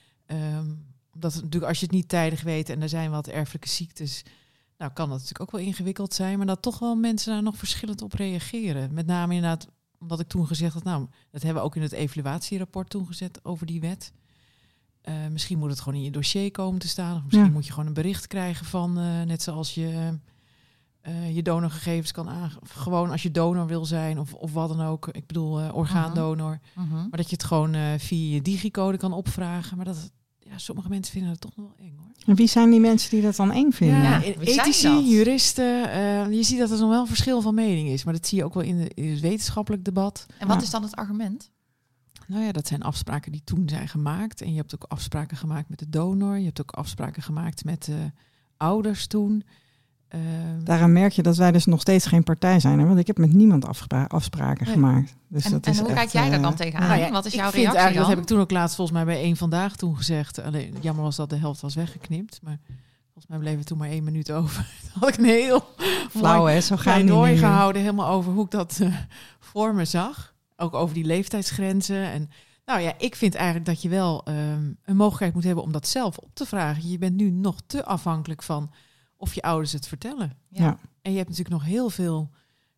um, omdat het natuurlijk, als je het niet tijdig weet en er zijn wat erfelijke ziektes, nou kan dat natuurlijk ook wel ingewikkeld zijn, maar dat toch wel mensen daar nog verschillend op reageren. Met name inderdaad, omdat ik toen gezegd had, nou, dat hebben we ook in het evaluatierapport toen gezet over die wet. Uh, misschien moet het gewoon in je dossier komen te staan. Of misschien ja. moet je gewoon een bericht krijgen van, uh, net zoals je uh, je donorgegevens kan aangeven. Gewoon als je donor wil zijn of, of wat dan ook. Ik bedoel, uh, orgaandonor. Uh-huh. Uh-huh. Maar dat je het gewoon uh, via je digicode kan opvragen. Maar dat, ja, sommige mensen vinden dat toch nog wel eng, hoor. En wie zijn die mensen die dat dan eng vinden? Ja, ja, ethici, juristen. Uh, je ziet dat er nog wel een verschil van mening is. Maar dat zie je ook wel in, de, in het wetenschappelijk debat. En wat ja. is dan het argument? Nou ja, dat zijn afspraken die toen zijn gemaakt. En je hebt ook afspraken gemaakt met de donor. Je hebt ook afspraken gemaakt met de ouders toen. Uh, Daaraan merk je dat wij dus nog steeds geen partij zijn. Hè? Want ik heb met niemand afspra- afspraken nee. gemaakt. Dus en dat en is hoe echt, kijk jij daar dan uh, tegenaan? Nou ja, Wat is jouw ik reactie vind eigenlijk, dan? Dat heb ik toen ook laatst volgens mij bij één Vandaag toen gezegd. Alleen, jammer was dat de helft was weggeknipt. Maar volgens mij bleef er toen maar één minuut over. Toen had ik een heel flauw, hè? Zo gaan mooi gehouden. Helemaal over hoe ik dat uh, voor me zag. Ook over die leeftijdsgrenzen. En nou ja, ik vind eigenlijk dat je wel um, een mogelijkheid moet hebben om dat zelf op te vragen. Je bent nu nog te afhankelijk van of je ouders het vertellen. Ja. ja. En je hebt natuurlijk nog heel veel.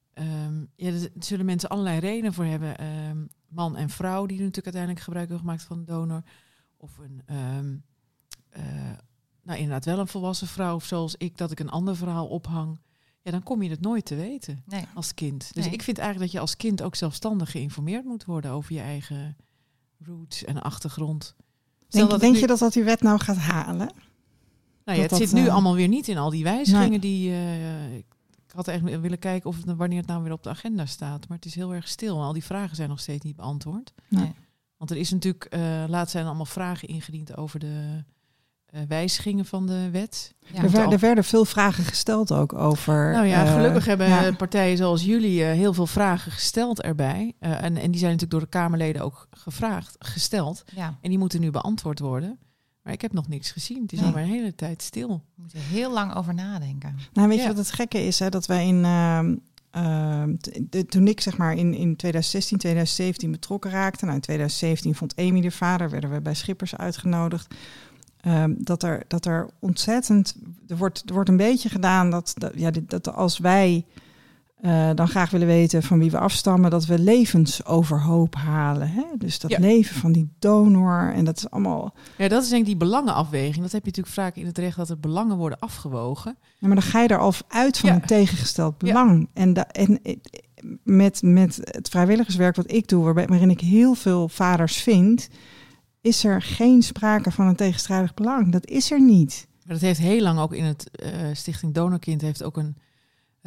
Um, ja, er zullen mensen allerlei redenen voor hebben. Um, man en vrouw die natuurlijk uiteindelijk gebruik hebben gemaakt van een donor. Of een, um, uh, nou inderdaad wel een volwassen vrouw of zoals ik, dat ik een ander verhaal ophang. Ja, dan kom je het nooit te weten nee. als kind. Dus nee. ik vind eigenlijk dat je als kind ook zelfstandig geïnformeerd moet worden over je eigen roots en achtergrond. Denk, dat denk nu... je dat dat die wet nou gaat halen? Nou ja, het dat, zit nu uh... allemaal weer niet in al die wijzigingen nee. die... Uh, ik had echt willen kijken of het, wanneer het nou weer op de agenda staat. Maar het is heel erg stil. En al die vragen zijn nog steeds niet beantwoord. Nee. Want er is natuurlijk... Uh, laatst zijn allemaal vragen ingediend over de uh, wijzigingen van de wet. Ja. Er, werd, er werden veel vragen gesteld ook over... Nou ja, gelukkig uh, hebben ja. partijen zoals jullie uh, heel veel vragen gesteld erbij. Uh, en, en die zijn natuurlijk door de Kamerleden ook gevraagd, gesteld. Ja. En die moeten nu beantwoord worden. Maar ik heb nog niks gezien. Het is nee. al maar een hele tijd stil. We moeten heel lang over nadenken. Nou, weet ja. je wat het gekke is? Hè? Dat wij in... Uh, uh, t- de, toen ik zeg maar in, in twintig zestien, twintig zeventien betrokken raakte... Nou, in twintig zeventien vond Amy de vader, werden we bij Schippers uitgenodigd... Um, dat, er, dat er ontzettend... Er wordt, er wordt een beetje gedaan dat, dat, ja, dit, dat als wij... Uh, dan graag willen weten van wie we afstammen, dat we levens overhoop halen. Hè? Dus dat ja. leven van die donor en dat is allemaal... Ja, dat is denk ik die belangenafweging. Dat heb je natuurlijk vaak in het recht dat er belangen worden afgewogen. Ja, maar dan ga je er al uit van ja. een tegengesteld belang. Ja. En, da- en met, met het vrijwilligerswerk wat ik doe, waarbij, waarin ik heel veel vaders vind, is er geen sprake van een tegenstrijdig belang. Dat is er niet. Maar dat heeft heel lang ook in het uh, Stichting Donorkind heeft ook een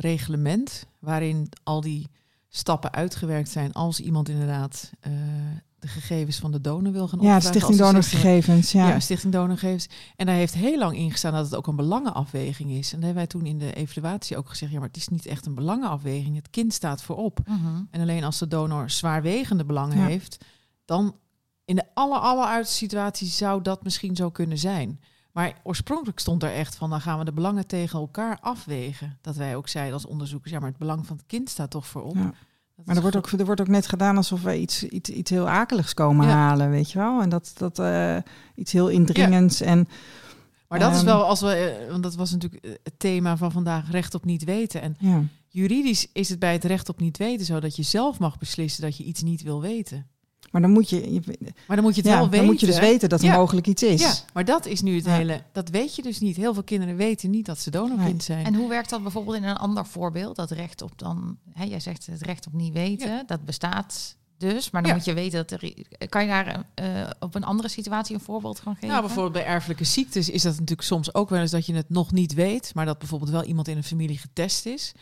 reglement waarin al die stappen uitgewerkt zijn als iemand inderdaad uh, de gegevens van de donor wil gaan Ja, opvragen. Stichting Donorgegevens. Ja. Ja, Stichting Donorgegevens. En daar heeft heel lang in gestaan dat het ook een belangenafweging is. En daar hebben wij toen in de evaluatie ook gezegd, ja, maar het is niet echt een belangenafweging. Het kind staat voorop. Mm-hmm. En alleen als de donor zwaarwegende belangen Ja. heeft, dan in de aller, alleruitste situatie zou dat misschien zo kunnen zijn. Maar oorspronkelijk stond er echt van, dan gaan we de belangen tegen elkaar afwegen. Dat wij ook zeiden als onderzoekers, ja, maar het belang van het kind staat toch voorop. Ja. Dat Maar is er wordt, goed. ook, er wordt ook net gedaan alsof we iets, iets, iets heel akeligs komen Ja. halen, weet je wel. En dat, dat uh, iets heel indringends. En, Maar dat is um, wel, als we, eh, want dat was natuurlijk eh, het thema van vandaag, recht op niet weten. En ja. juridisch is het bij het recht op niet weten zo dat je zelf mag beslissen dat je iets niet wil weten. Maar dan moet je, je Maar dan moet je het ja, wel dan weten. moet je dus weten dat er Ja. mogelijk iets is. Ja, maar dat is nu het Ja. hele, dat weet je dus niet. Heel veel kinderen weten niet dat ze donorkind Nee. zijn. En hoe werkt dat bijvoorbeeld in een ander voorbeeld? Dat recht op dan, hè, jij zegt het recht op niet weten, Ja. dat bestaat dus, maar dan Ja. moet je weten dat er. Kan je daar uh, op een andere situatie een voorbeeld van geven? Nou, bijvoorbeeld bij erfelijke ziektes is dat natuurlijk soms ook wel eens dat je het nog niet weet, maar dat bijvoorbeeld wel iemand in een familie getest is.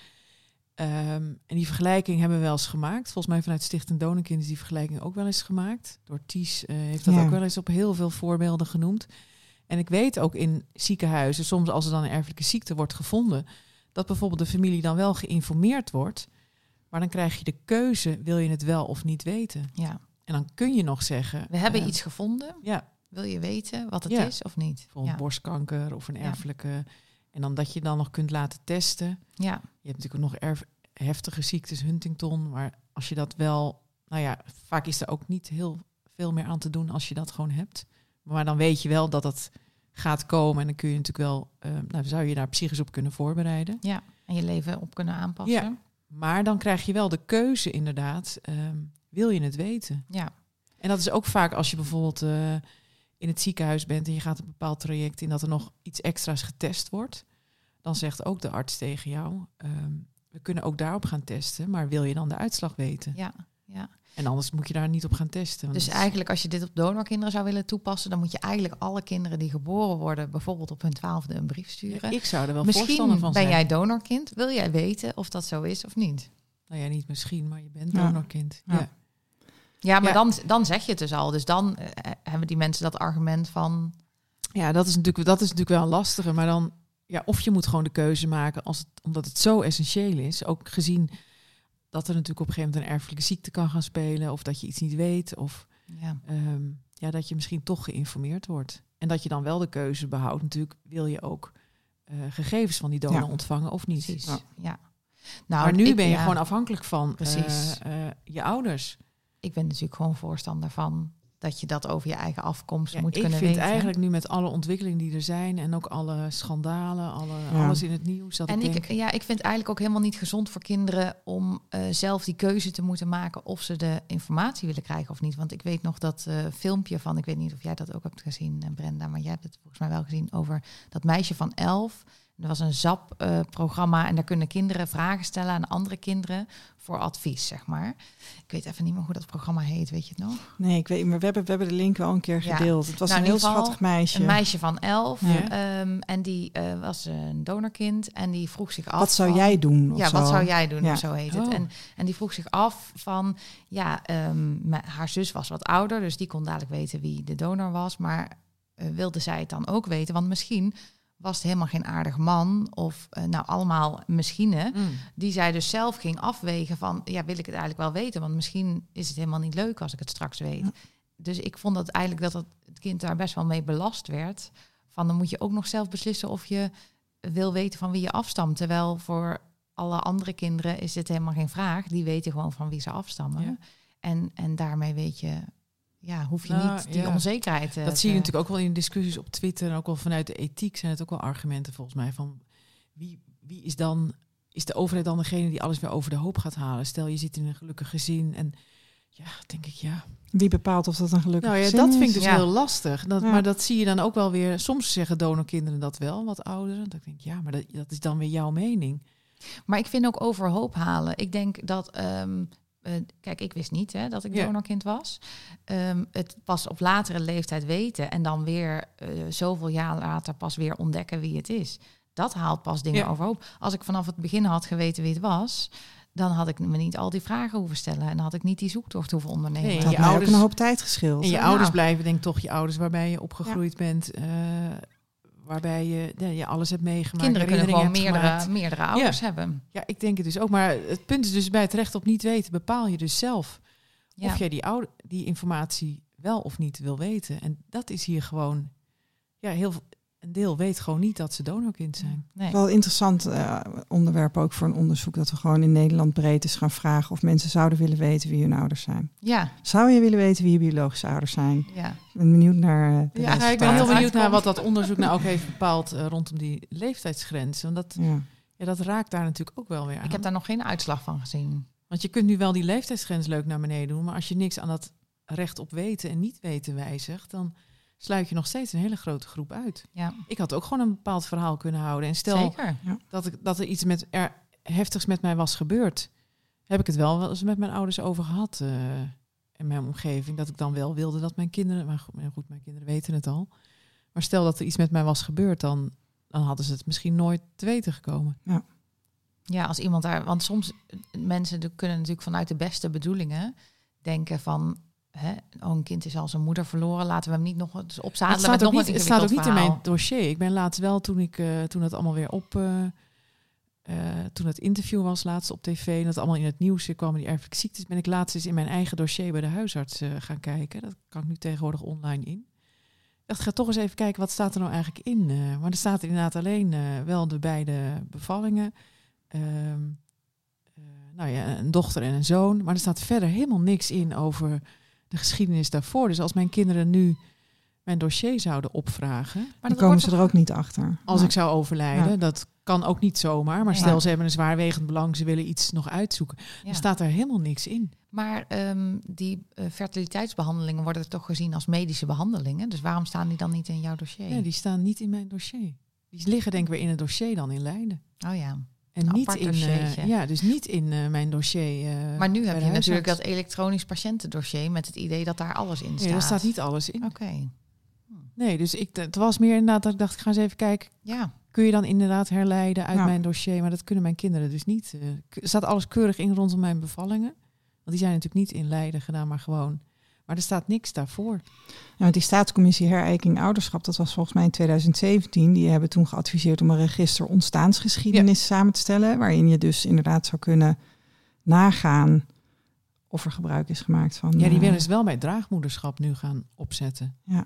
Um, en die vergelijking hebben we wel eens gemaakt. Volgens mij vanuit Stichting Donorkind is die vergelijking ook wel eens gemaakt. Door Ties uh, heeft dat ja. ook wel eens op heel veel voorbeelden genoemd. En ik weet ook in ziekenhuizen, soms als er dan een erfelijke ziekte wordt gevonden, dat bijvoorbeeld de familie dan wel geïnformeerd wordt. Maar dan krijg je de keuze, wil je het wel of niet weten? Ja. En dan kun je nog zeggen... We hebben uh, iets gevonden. Ja. Wil je weten wat het Ja. is of niet? Bijvoorbeeld Ja. borstkanker of een Ja. erfelijke... En dan dat je dan nog kunt laten testen. Ja. Je hebt natuurlijk ook nog erf, heftige ziektes, Huntington. Maar als je dat wel... Nou ja, vaak is er ook niet heel veel meer aan te doen als je dat gewoon hebt. Maar dan weet je wel dat het gaat komen. En dan kun je natuurlijk wel... Uh, nou, zou je daar psychisch op kunnen voorbereiden. Ja, en je leven op kunnen aanpassen. Ja. Maar dan krijg je wel de keuze inderdaad. Um, wil je het weten? Ja. En dat is ook vaak als je bijvoorbeeld uh, in het ziekenhuis bent en je gaat een bepaald traject in dat er nog iets extra's getest wordt. Dan zegt ook de arts tegen jou, um, we kunnen ook daarop gaan testen, maar wil je dan de uitslag weten? Ja, ja. En anders moet je daar niet op gaan testen. Dus is... eigenlijk als je dit op donorkinderen zou willen toepassen, dan moet je eigenlijk alle kinderen die geboren worden, bijvoorbeeld op hun twaalfde een brief sturen. Ja, ik zou er wel misschien voorstander van zijn. ben jij donorkind. Wil jij weten of dat zo is of niet? Nou ja, niet misschien, maar je bent Ja. donorkind. Ja. Ja. Ja, maar Ja. Dan, dan zeg je het dus al. Dus dan uh, hebben die mensen dat argument van... Ja, dat is natuurlijk, dat is natuurlijk wel een lastige. Maar dan, ja, of je moet gewoon de keuze maken, als het, omdat het zo essentieel is. Ook gezien dat er natuurlijk op een gegeven moment een erfelijke ziekte kan gaan spelen. Of dat je iets niet weet. Of Ja. um, ja, dat je misschien toch geïnformeerd wordt. En dat je dan wel de keuze behoudt. Natuurlijk wil je ook uh, gegevens van die donor Ja. ontvangen of niet. Precies, Ja. ja. Nou, maar nu ik, ben je ja, gewoon afhankelijk van Precies. uh, uh, je ouders. Ik ben natuurlijk gewoon voorstander van dat je dat over je eigen afkomst Ja, moet ik kunnen vind weten. eigenlijk nu met alle ontwikkelingen die er zijn en ook alle schandalen, alle, Ja. alles in het nieuws. Dat En ik ik, denk, ja, ik vind het eigenlijk ook helemaal niet gezond voor kinderen om uh, zelf die keuze te moeten maken of ze de informatie willen krijgen of niet. Want ik weet nog dat uh, filmpje van, ik weet niet of jij dat ook hebt gezien, uh, Brenda, maar jij hebt het volgens mij wel gezien over dat meisje van elf. Er was een Z A P-programma uh, en daar kunnen kinderen vragen stellen aan andere kinderen voor advies, zeg maar. Ik weet even niet meer hoe dat programma heet, weet je het nog? Nee, ik weet, maar we hebben, we hebben de link wel een keer Ja. gedeeld. Het was Nou, een in heel ieder geval schattig meisje. Een meisje van elf Ja. um, en die uh, was een donorkind en die vroeg zich af... Wat zou van, jij doen? Of Ja, zo? wat zou jij doen? Ja. Of zo heet het. Oh. En, en die vroeg zich af van... Ja, um, me- haar zus was wat ouder, dus die kon dadelijk weten wie de donor was. Maar uh, wilde zij het dan ook weten? Want misschien was het helemaal geen aardig man. Of uh, nou, allemaal misschien. mm, Die zij dus zelf ging afwegen van... Ja, wil ik het eigenlijk wel weten? Want misschien is het helemaal niet leuk als ik het straks weet. Ja. Dus ik vond dat eigenlijk dat het, het kind daar best wel mee belast werd. Van dan moet je ook nog zelf beslissen of je wil weten van wie je afstamt. Terwijl voor alle andere kinderen is dit helemaal geen vraag. Die weten gewoon van wie ze afstammen. Ja. En, en daarmee weet je, ja, hoef je Nou, niet die ja. onzekerheid te... dat zie je natuurlijk ook wel in discussies op Twitter en ook wel vanuit de ethiek zijn het ook wel argumenten volgens mij van wie, wie is dan, is de overheid dan degene die alles weer over de hoop gaat halen? Stel je zit in een gelukkig gezin en ja, denk ik ja. Wie bepaalt of dat een gelukkig Nou ja, gezin dat is? vind ik dus Ja. heel lastig. Dat, Ja. Maar dat zie je dan ook wel weer. Soms zeggen donorkinderen dat wel, wat ouderen. Dat ik denk, ja, maar dat, dat is dan weer jouw mening. Maar ik vind ook overhoop halen. Ik denk dat... Um, uh, kijk, ik wist niet hè, dat ik Ja. donorkind was. Um, het pas op latere leeftijd weten... en dan weer uh, zoveel jaar later pas weer ontdekken wie het is. Dat haalt pas dingen Ja. overhoop. Als ik vanaf het begin had geweten wie het was... dan had ik me niet al die vragen hoeven stellen. En dan had ik niet die zoektocht hoeven ondernemen. Nee, Het en had je mij ouders- ook een hoop tijd gescheeld. En je Ja. ouders blijven denk ik toch je ouders waarbij je opgegroeid Ja. bent. Uh, waarbij je, ja, je alles hebt meegemaakt. Kinderen kunnen gewoon herinneringen hebt meerdere, gemaakt. meerdere ouders hebben. Ja, ik denk het dus ook. Maar het punt is dus bij het recht op niet weten bepaal je dus zelf Ja. of jij die, oude, die informatie wel of niet wil weten. En dat is hier gewoon, ja, heel een deel weet gewoon niet dat ze donorkind zijn. Nee. Wel een interessant uh, onderwerp ook voor een onderzoek. Dat we gewoon in Nederland breed eens gaan vragen of mensen zouden willen weten wie hun ouders zijn. Ja, Zou je willen weten wie je biologische ouders zijn? ja. Ik ben benieuwd naar uh, de Ja, ik ben resultaten. heel benieuwd naar wat dat onderzoek nou ook heeft bepaald uh, rondom die leeftijdsgrens. Want dat, Ja. ja, dat raakt daar natuurlijk ook wel weer aan. Ik heb daar nog geen uitslag van gezien. Want je kunt nu wel die leeftijdsgrens leuk naar beneden doen, maar als je niks aan dat recht op weten en niet weten wijzigt, dan sluit je nog steeds een hele grote groep uit. Ja, Ik had ook gewoon een bepaald verhaal kunnen houden. En stel zeker. dat, ik, dat er iets met er heftigs met mij was gebeurd, heb ik het wel wel eens met mijn ouders over gehad uh, in mijn omgeving. Dat ik dan wel wilde dat mijn kinderen, maar goed, goed, mijn kinderen weten het al. Maar stel dat er iets met mij was gebeurd, dan, dan hadden ze het misschien nooit te weten gekomen. Ja. Ja, als iemand daar... Want soms, mensen de- kunnen natuurlijk vanuit de beste bedoelingen denken van... Hè, oh, een kind is al zijn moeder verloren, laten we hem niet nog eens opzadelen. Het staat, met ook nog niet, een het staat ook niet in ingewikkeld mijn dossier. Ik ben laatst wel, toen ik uh, toen het allemaal weer op... Uh, uh, toen het interview was laatst op tv... en dat allemaal in het nieuws kwam, die erfelijke ziektes... ben ik laatst eens in mijn eigen dossier bij de huisarts uh, gaan kijken. Dat kan ik nu tegenwoordig online in. Ik dacht, ga toch eens even kijken, wat staat er nou eigenlijk in? Uh, maar er staat inderdaad alleen uh, wel de beide bevallingen... Uh, uh, nou ja, een dochter en een zoon. Maar er staat verder helemaal niks in over de geschiedenis daarvoor. Dus als mijn kinderen nu mijn dossier zouden opvragen... Maar Dan dat komen wordt ze toch- er ook niet achter. Als Ja. ik zou overlijden, Ja. dat kan ook niet zomaar. Maar Nee. stel, Ja. ze hebben een zwaarwegend belang, ze willen iets nog uitzoeken. Ja. Er staat daar helemaal niks in. Maar um, die uh, fertiliteitsbehandelingen worden toch gezien als medische behandelingen. Dus waarom staan die dan niet in jouw dossier? Ja, die staan niet in mijn dossier. Die liggen denk ik weer in het dossier dan in Leiden. Oh ja. En Een niet apart in, dossiertje. uh, ja, dus niet in uh, mijn dossier. Uh, Maar nu bij heb de je natuurlijk huisarts. dat elektronisch patiëntendossier met het idee dat daar alles in staat. Nee, daar staat niet alles in. Oké. Nee, dus ik, het was meer inderdaad dat ik dacht, ik ga eens even kijken. Ja. Kun je dan inderdaad herleiden uit Ja. mijn dossier? Maar dat kunnen mijn kinderen dus niet. Uh, er staat alles keurig in rondom mijn bevallingen. Want die zijn natuurlijk niet in Leiden gedaan, maar gewoon... Maar er staat niks daarvoor. Ja, want die staatscommissie herijking ouderschap, dat was volgens mij in twintig zeventien. Die hebben toen geadviseerd om een register ontstaansgeschiedenis ja. samen te stellen. Waarin je dus inderdaad zou kunnen nagaan of er gebruik is gemaakt van... Ja, die uh, willen ze wel bij draagmoederschap nu gaan opzetten. Ja.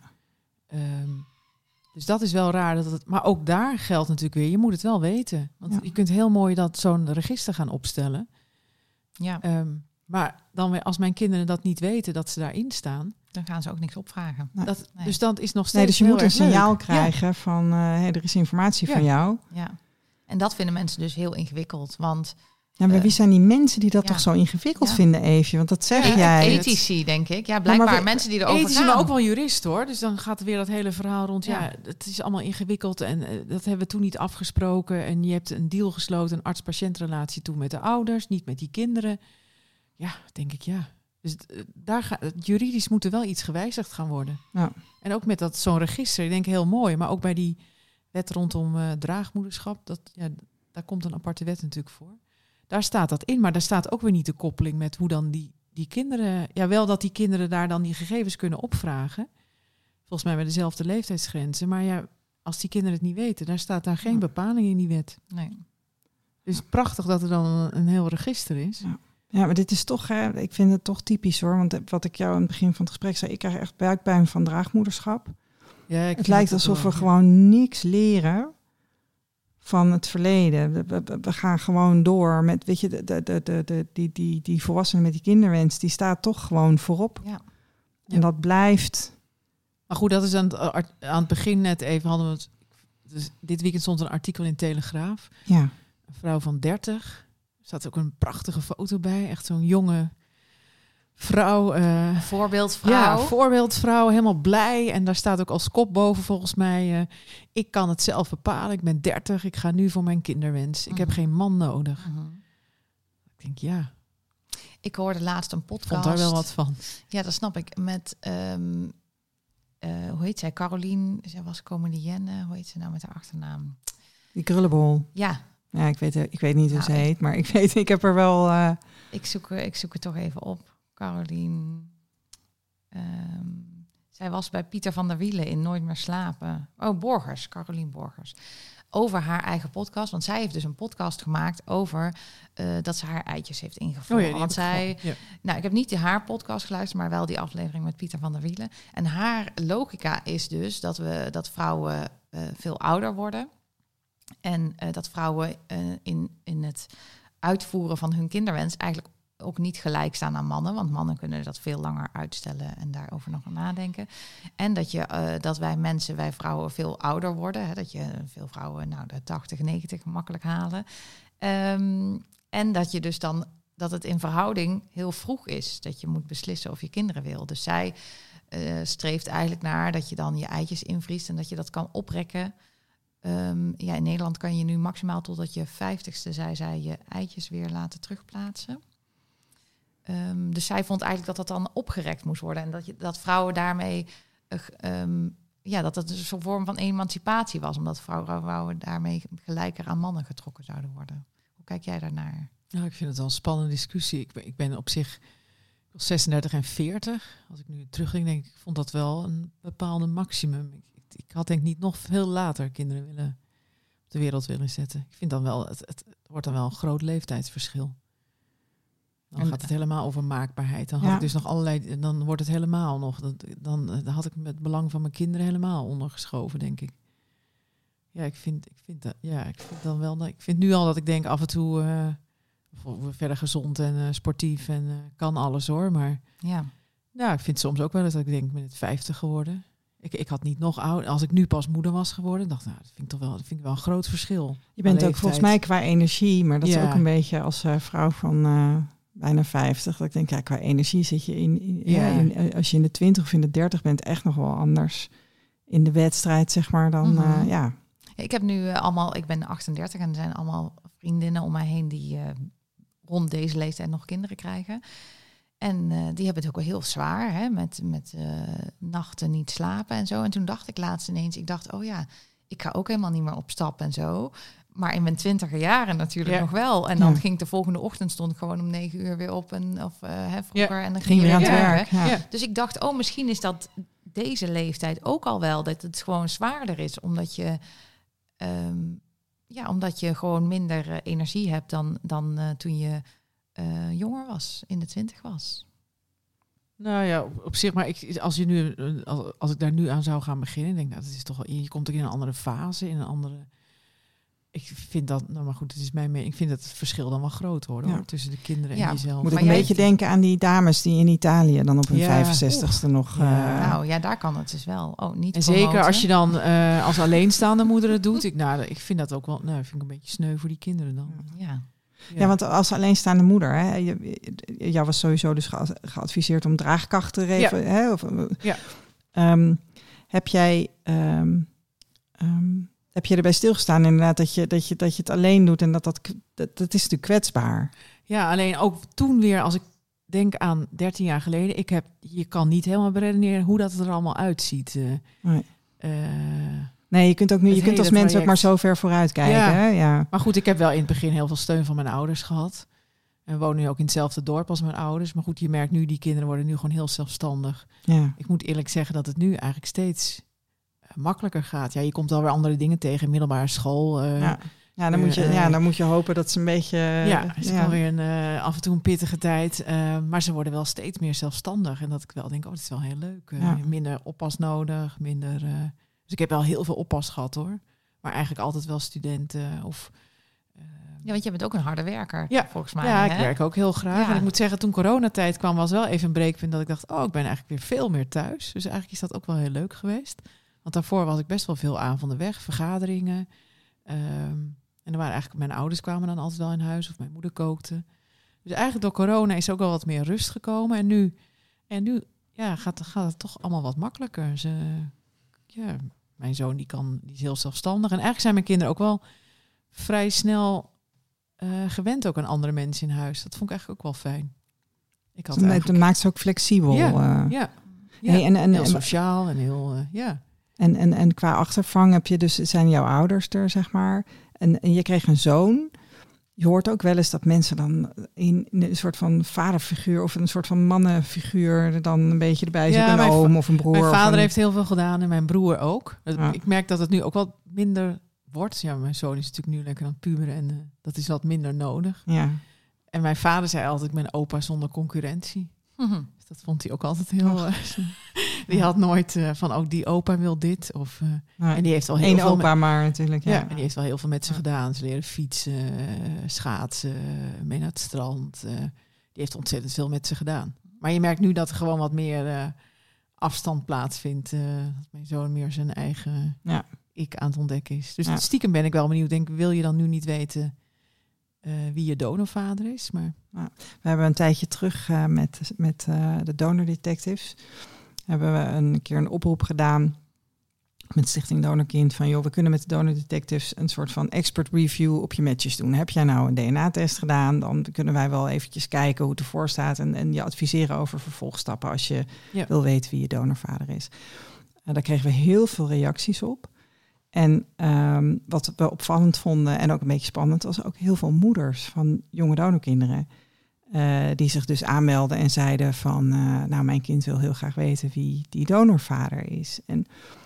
Um, dus dat is wel raar. Dat het, maar ook daar geldt natuurlijk weer, je moet het wel weten. Want Ja. je kunt heel mooi dat zo'n register gaan opstellen. Ja, Um, maar dan weer, als mijn kinderen dat niet weten, dat ze daarin staan. dan gaan ze ook niks opvragen. Nee. Dat, Nee. Dus dat is nog steeds Nee, dus je heel moet een erg leuk. signaal krijgen van, uh, hey, er is informatie Ja. van jou. Ja. En dat vinden mensen dus heel ingewikkeld. Want Ja, maar Uh, wie zijn die mensen die dat ja. toch zo ingewikkeld Ja. vinden, Eefje? Want dat zeg e- jij. ethici, denk ik. Ja, blijkbaar maar we- mensen die erover Ethisch, gaan. maar ook wel jurist hoor. Dus dan gaat er weer dat hele verhaal rond. Ja, Ja. het is allemaal ingewikkeld en uh, dat hebben we toen niet afgesproken. En je hebt een deal gesloten, een arts-patiëntrelatie toen met de ouders, niet met die kinderen. Ja, denk ik ja. Dus uh, daar ga, juridisch moet er wel iets gewijzigd gaan worden. Ja. En ook met dat zo'n register, ik denk heel mooi. Maar ook bij die wet rondom uh, draagmoederschap, dat, ja, daar komt een aparte wet natuurlijk voor. Daar staat dat in, maar daar staat ook weer niet de koppeling met hoe dan die, die kinderen... Ja, wel dat die kinderen daar dan die gegevens kunnen opvragen. Volgens mij met dezelfde leeftijdsgrenzen. Maar ja, als die kinderen het niet weten, daar staat daar geen Ja. bepaling in die wet. Nee. Dus prachtig dat er dan een, een heel register is. Ja. Ja, maar dit is toch, hè, ik vind het toch typisch hoor. Want wat ik jou aan het begin van het gesprek zei, ik krijg echt buikpijn van draagmoederschap. Ja, ik Het vind lijkt ook alsof we wel, ja. gewoon niks leren van het verleden. We, we, we gaan gewoon door met, weet je, de, de, de, de, de, die, die, die volwassenen met die kinderwens, die staat toch gewoon voorop. Ja. En dat blijft. Maar goed, dat is aan het, art- aan het begin net even hadden we het. Dus dit weekend stond een artikel in Telegraaf. Ja, Een vrouw van dertig. Er staat ook een prachtige foto bij. Echt zo'n jonge vrouw. eh, Voorbeeldvrouw. Ja, voorbeeldvrouw, helemaal blij. En daar staat ook als kop boven volgens mij... Uh, ik kan het zelf bepalen, ik ben dertig, ik ga nu voor mijn kinderwens. Ik heb Mhm. geen man nodig. Mhm. Ik denk, ja, Ik hoorde laatst een ik podcast. vond daar wel wat van. Ja, dat snap ik. Met, um, uh, hoe heet zij? Caroline, zij was comedienne. Hoe heet ze nou met haar achternaam? die krullenbol. Ja, Ja, ik weet, ik weet niet hoe Nou, ze heet, maar ik weet, ik heb er wel... Uh... Ik, zoek, ik zoek het toch even op. Carolien. Um, zij was bij Pieter van der Wielen in Nooit meer slapen. Oh, Borgers. Carolien Borgers. Over haar eigen podcast. Want zij heeft dus een podcast gemaakt over uh, dat ze haar eitjes heeft ingevroren. Oh ja, want zij, ja. nou, ik heb niet die haar podcast geluisterd, maar wel die aflevering met Pieter van der Wielen. En haar logica is dus dat we dat vrouwen uh, veel ouder worden. En uh, dat vrouwen uh, in, in het uitvoeren van hun kinderwens eigenlijk ook niet gelijk staan aan mannen. Want mannen kunnen dat veel langer uitstellen en daarover nog nadenken. En dat, je, uh, dat wij mensen, wij vrouwen veel ouder worden. Hè, dat je veel vrouwen nou, de tachtig, negentig makkelijk halen. Um, en dat je dus dan dat het in verhouding heel vroeg is. Dat je moet beslissen of je kinderen wil. Dus zij uh, streeft eigenlijk naar dat je dan je eitjes invriest en dat je dat kan oprekken. Um, ja, in Nederland kan je nu maximaal totdat je vijftigste, zei zij, je eitjes weer laten terugplaatsen. Um, dus zij vond eigenlijk dat dat dan opgerekt moest worden. En dat, je, dat vrouwen daarmee... Uh, um, ja, dat het dus een soort vorm van emancipatie was. Omdat vrouwen, vrouwen daarmee gelijker aan mannen getrokken zouden worden. Hoe kijk jij daarnaar? Nou, ik vind het wel een spannende discussie. Ik ben, ik ben op zich zesendertig en veertig. Als ik nu terugdenk, denk ik, ik vond dat wel een bepaalde maximum. Ik, ik had denk ik niet nog veel later kinderen willen op de wereld willen zetten. Ik vind dan wel, het, het, het wordt dan wel een groot leeftijdsverschil. Dan en, gaat het helemaal over maakbaarheid. Dan had ja. ik dus nog allerlei. Dan wordt het helemaal nog. Dan, dan, dan had ik het belang van mijn kinderen helemaal ondergeschoven, denk ik. Ja, ik vind, ik vind dat. Ja, ik vind dan wel. Ik vind nu al dat ik denk af en toe uh, verder gezond en uh, sportief en uh, kan alles hoor. Maar ja, ja, ik vind soms ook wel dat ik denk, ik ben het vijftig geworden. Ik, ik had niet nog oud. Als ik nu pas moeder was geworden, dacht nou, dat vind ik toch wel, dat vind ik wel een groot verschil. Je bent ook volgens mij qua energie, maar dat ja. is ook een beetje als uh, vrouw van. Uh, bijna vijftig. Dat ik denk, ja, qua energie zit je in, in, ja. Ja, in... Als je in de twintig of in de dertig bent, echt nog wel anders in de wedstrijd, zeg maar, dan, mm-hmm. uh, ja. Ik heb nu uh, allemaal... Ik ben achtendertig en er zijn allemaal vriendinnen om mij heen die uh, rond deze leeftijd nog kinderen krijgen. En uh, die hebben het ook wel heel zwaar, hè, met, met uh, nachten niet slapen en zo. En toen dacht ik laatst ineens, ik dacht, oh ja, ik ga ook helemaal niet meer op stap en zo. Maar in mijn twintiger jaren natuurlijk ja. nog wel. En dan ja. ging ik de volgende ochtend, stond ik gewoon om negen uur weer op. En, of uh, hè, vroeger. Ja. En dan ging je weer aan het werk. Ja. Ja. Dus ik dacht, oh, misschien is dat deze leeftijd ook al wel. Dat het gewoon zwaarder is. Omdat je, um, ja, omdat je gewoon minder uh, energie hebt dan, dan uh, toen je uh, jonger was. In de twintig was. Nou ja, op, op zich, maar ik, als, je nu, als, als ik daar nu aan zou gaan beginnen, denk ik, nou, dat is toch wel, je komt ook in een andere fase, in een andere... Ik vind dat, nou maar goed, het is mijn mening. Ik vind dat het verschil dan wel groot wordt hoor, ja. tussen de kinderen ja. en jezelf. Moet ik een beetje hebt... denken aan die dames die in Italië dan op hun ja. vijfenzestigste nog. Ja. Uh... Nou ja, daar kan het dus wel. Oh, niet. En zeker promoten. Als je dan uh, als alleenstaande moeder het doet. Ik, nou, ik vind dat ook wel. Nou, vind ik een beetje sneu voor die kinderen dan. Ja. Ja, ja want als alleenstaande moeder, hè, jou was sowieso dus ge- geadviseerd om draagkracht te geven. Ja. Hè, of, ja. Um, heb jij. Um, um, Heb je erbij stilgestaan inderdaad dat je, dat je, dat je het alleen doet en dat dat, dat dat is natuurlijk kwetsbaar. Ja, alleen ook toen weer, als ik denk aan dertien jaar geleden, ik heb, je kan niet helemaal beredeneren hoe dat er allemaal uitziet. Uh, nee. Uh, nee, je kunt ook nu, je kunt als mens traject. ook maar zo ver vooruit kijken. Ja. Hè? Ja. Maar goed, ik heb wel in het begin heel veel steun van mijn ouders gehad. En woon nu ook in hetzelfde dorp als mijn ouders. Maar goed, je merkt nu, die kinderen worden nu gewoon heel zelfstandig. Ja. Ik moet eerlijk zeggen dat het nu eigenlijk steeds makkelijker gaat. Ja, je komt alweer andere dingen tegen, middelbare school. Uh, ja. Ja, dan moet je, uh, ja, dan moet je hopen dat ze een beetje... Uh, ja, het is ja. alweer een, uh, af en toe een pittige tijd. Uh, maar ze worden wel steeds meer zelfstandig. En dat ik wel denk, oh, dat is wel heel leuk. Uh, ja. Minder oppas nodig, minder... Uh, dus ik heb wel heel veel oppas gehad, hoor. Maar eigenlijk altijd wel studenten of... Uh, ja, want je bent ook een harde werker, ja. volgens mij. Ja, hè? ik werk ook heel graag. Ja. En ik moet zeggen, toen coronatijd kwam, was wel even een breekpunt dat ik dacht, oh, ik ben eigenlijk weer veel meer thuis. Dus eigenlijk is dat ook wel heel leuk geweest. Want daarvoor was ik best wel veel aan van de weg, vergaderingen. Um, en er waren eigenlijk, mijn ouders kwamen dan altijd wel in huis of mijn moeder kookte. Dus eigenlijk door corona is ook wel wat meer rust gekomen. En nu, en nu ja, gaat, gaat het toch allemaal wat makkelijker. Ze, ja, mijn zoon die kan, die is heel zelfstandig. En eigenlijk zijn mijn kinderen ook wel vrij snel uh, gewend ook aan andere mensen in huis. Dat vond ik eigenlijk ook wel fijn. Ik had eigenlijk... Het maakt ze ook flexibel. Ja, uh. ja. ja. Hey, en, en, heel sociaal en heel, uh, ja. En, en, en qua achtervang heb je dus, zijn jouw ouders er, zeg maar. En, en je kreeg een zoon. Je hoort ook wel eens dat mensen dan in, in een soort van vaderfiguur of een soort van mannenfiguur er dan een beetje erbij Ja, zoeken. Een mijn oom va- of een broer. Mijn of vader een- heeft heel veel gedaan en mijn broer ook. Ja. Ik merk dat het nu ook wat minder wordt. Ja, mijn zoon is natuurlijk nu lekker aan het puberen en uh, dat is wat minder nodig. Ja. En mijn vader zei altijd, ik ben opa zonder concurrentie. Mm-hmm. Dus dat vond hij ook altijd heel... Uh, die had nooit uh, van, oh, die opa wil dit. Of, uh, Ja. En die heeft al heel Eén veel... opa met, maar natuurlijk. Ja. ja, en die heeft wel heel veel met ze Ja. gedaan. Ze leren fietsen, uh, schaatsen, uh, mee naar het strand. Uh, die heeft ontzettend veel met ze gedaan. Maar je merkt nu dat er gewoon wat meer uh, afstand plaatsvindt. Uh, dat mijn zoon meer zijn eigen Ja. ik aan het ontdekken is. Dus Ja. stiekem ben ik wel benieuwd. Denk, wil je dan nu niet weten uh, wie je donorvader is? Maar... Ja. We hebben een tijdje terug uh, met, met uh, de Donor Detectives... hebben we een keer een oproep gedaan met Stichting Donorkind van joh, we kunnen met de Donor Detectives een soort van expert review op je matches doen. Heb jij nou een D N A-test gedaan? Dan kunnen wij wel eventjes kijken hoe het ervoor staat en, en je adviseren over vervolgstappen als je ja. wil weten wie je donorvader is. Uh, daar kregen we heel veel reacties op. En um, wat we opvallend vonden en ook een beetje spannend, was ook heel veel moeders van jonge donorkinderen. Uh, die zich dus aanmelden en zeiden van... Uh, nou, mijn kind wil heel graag weten wie die donorvader is. En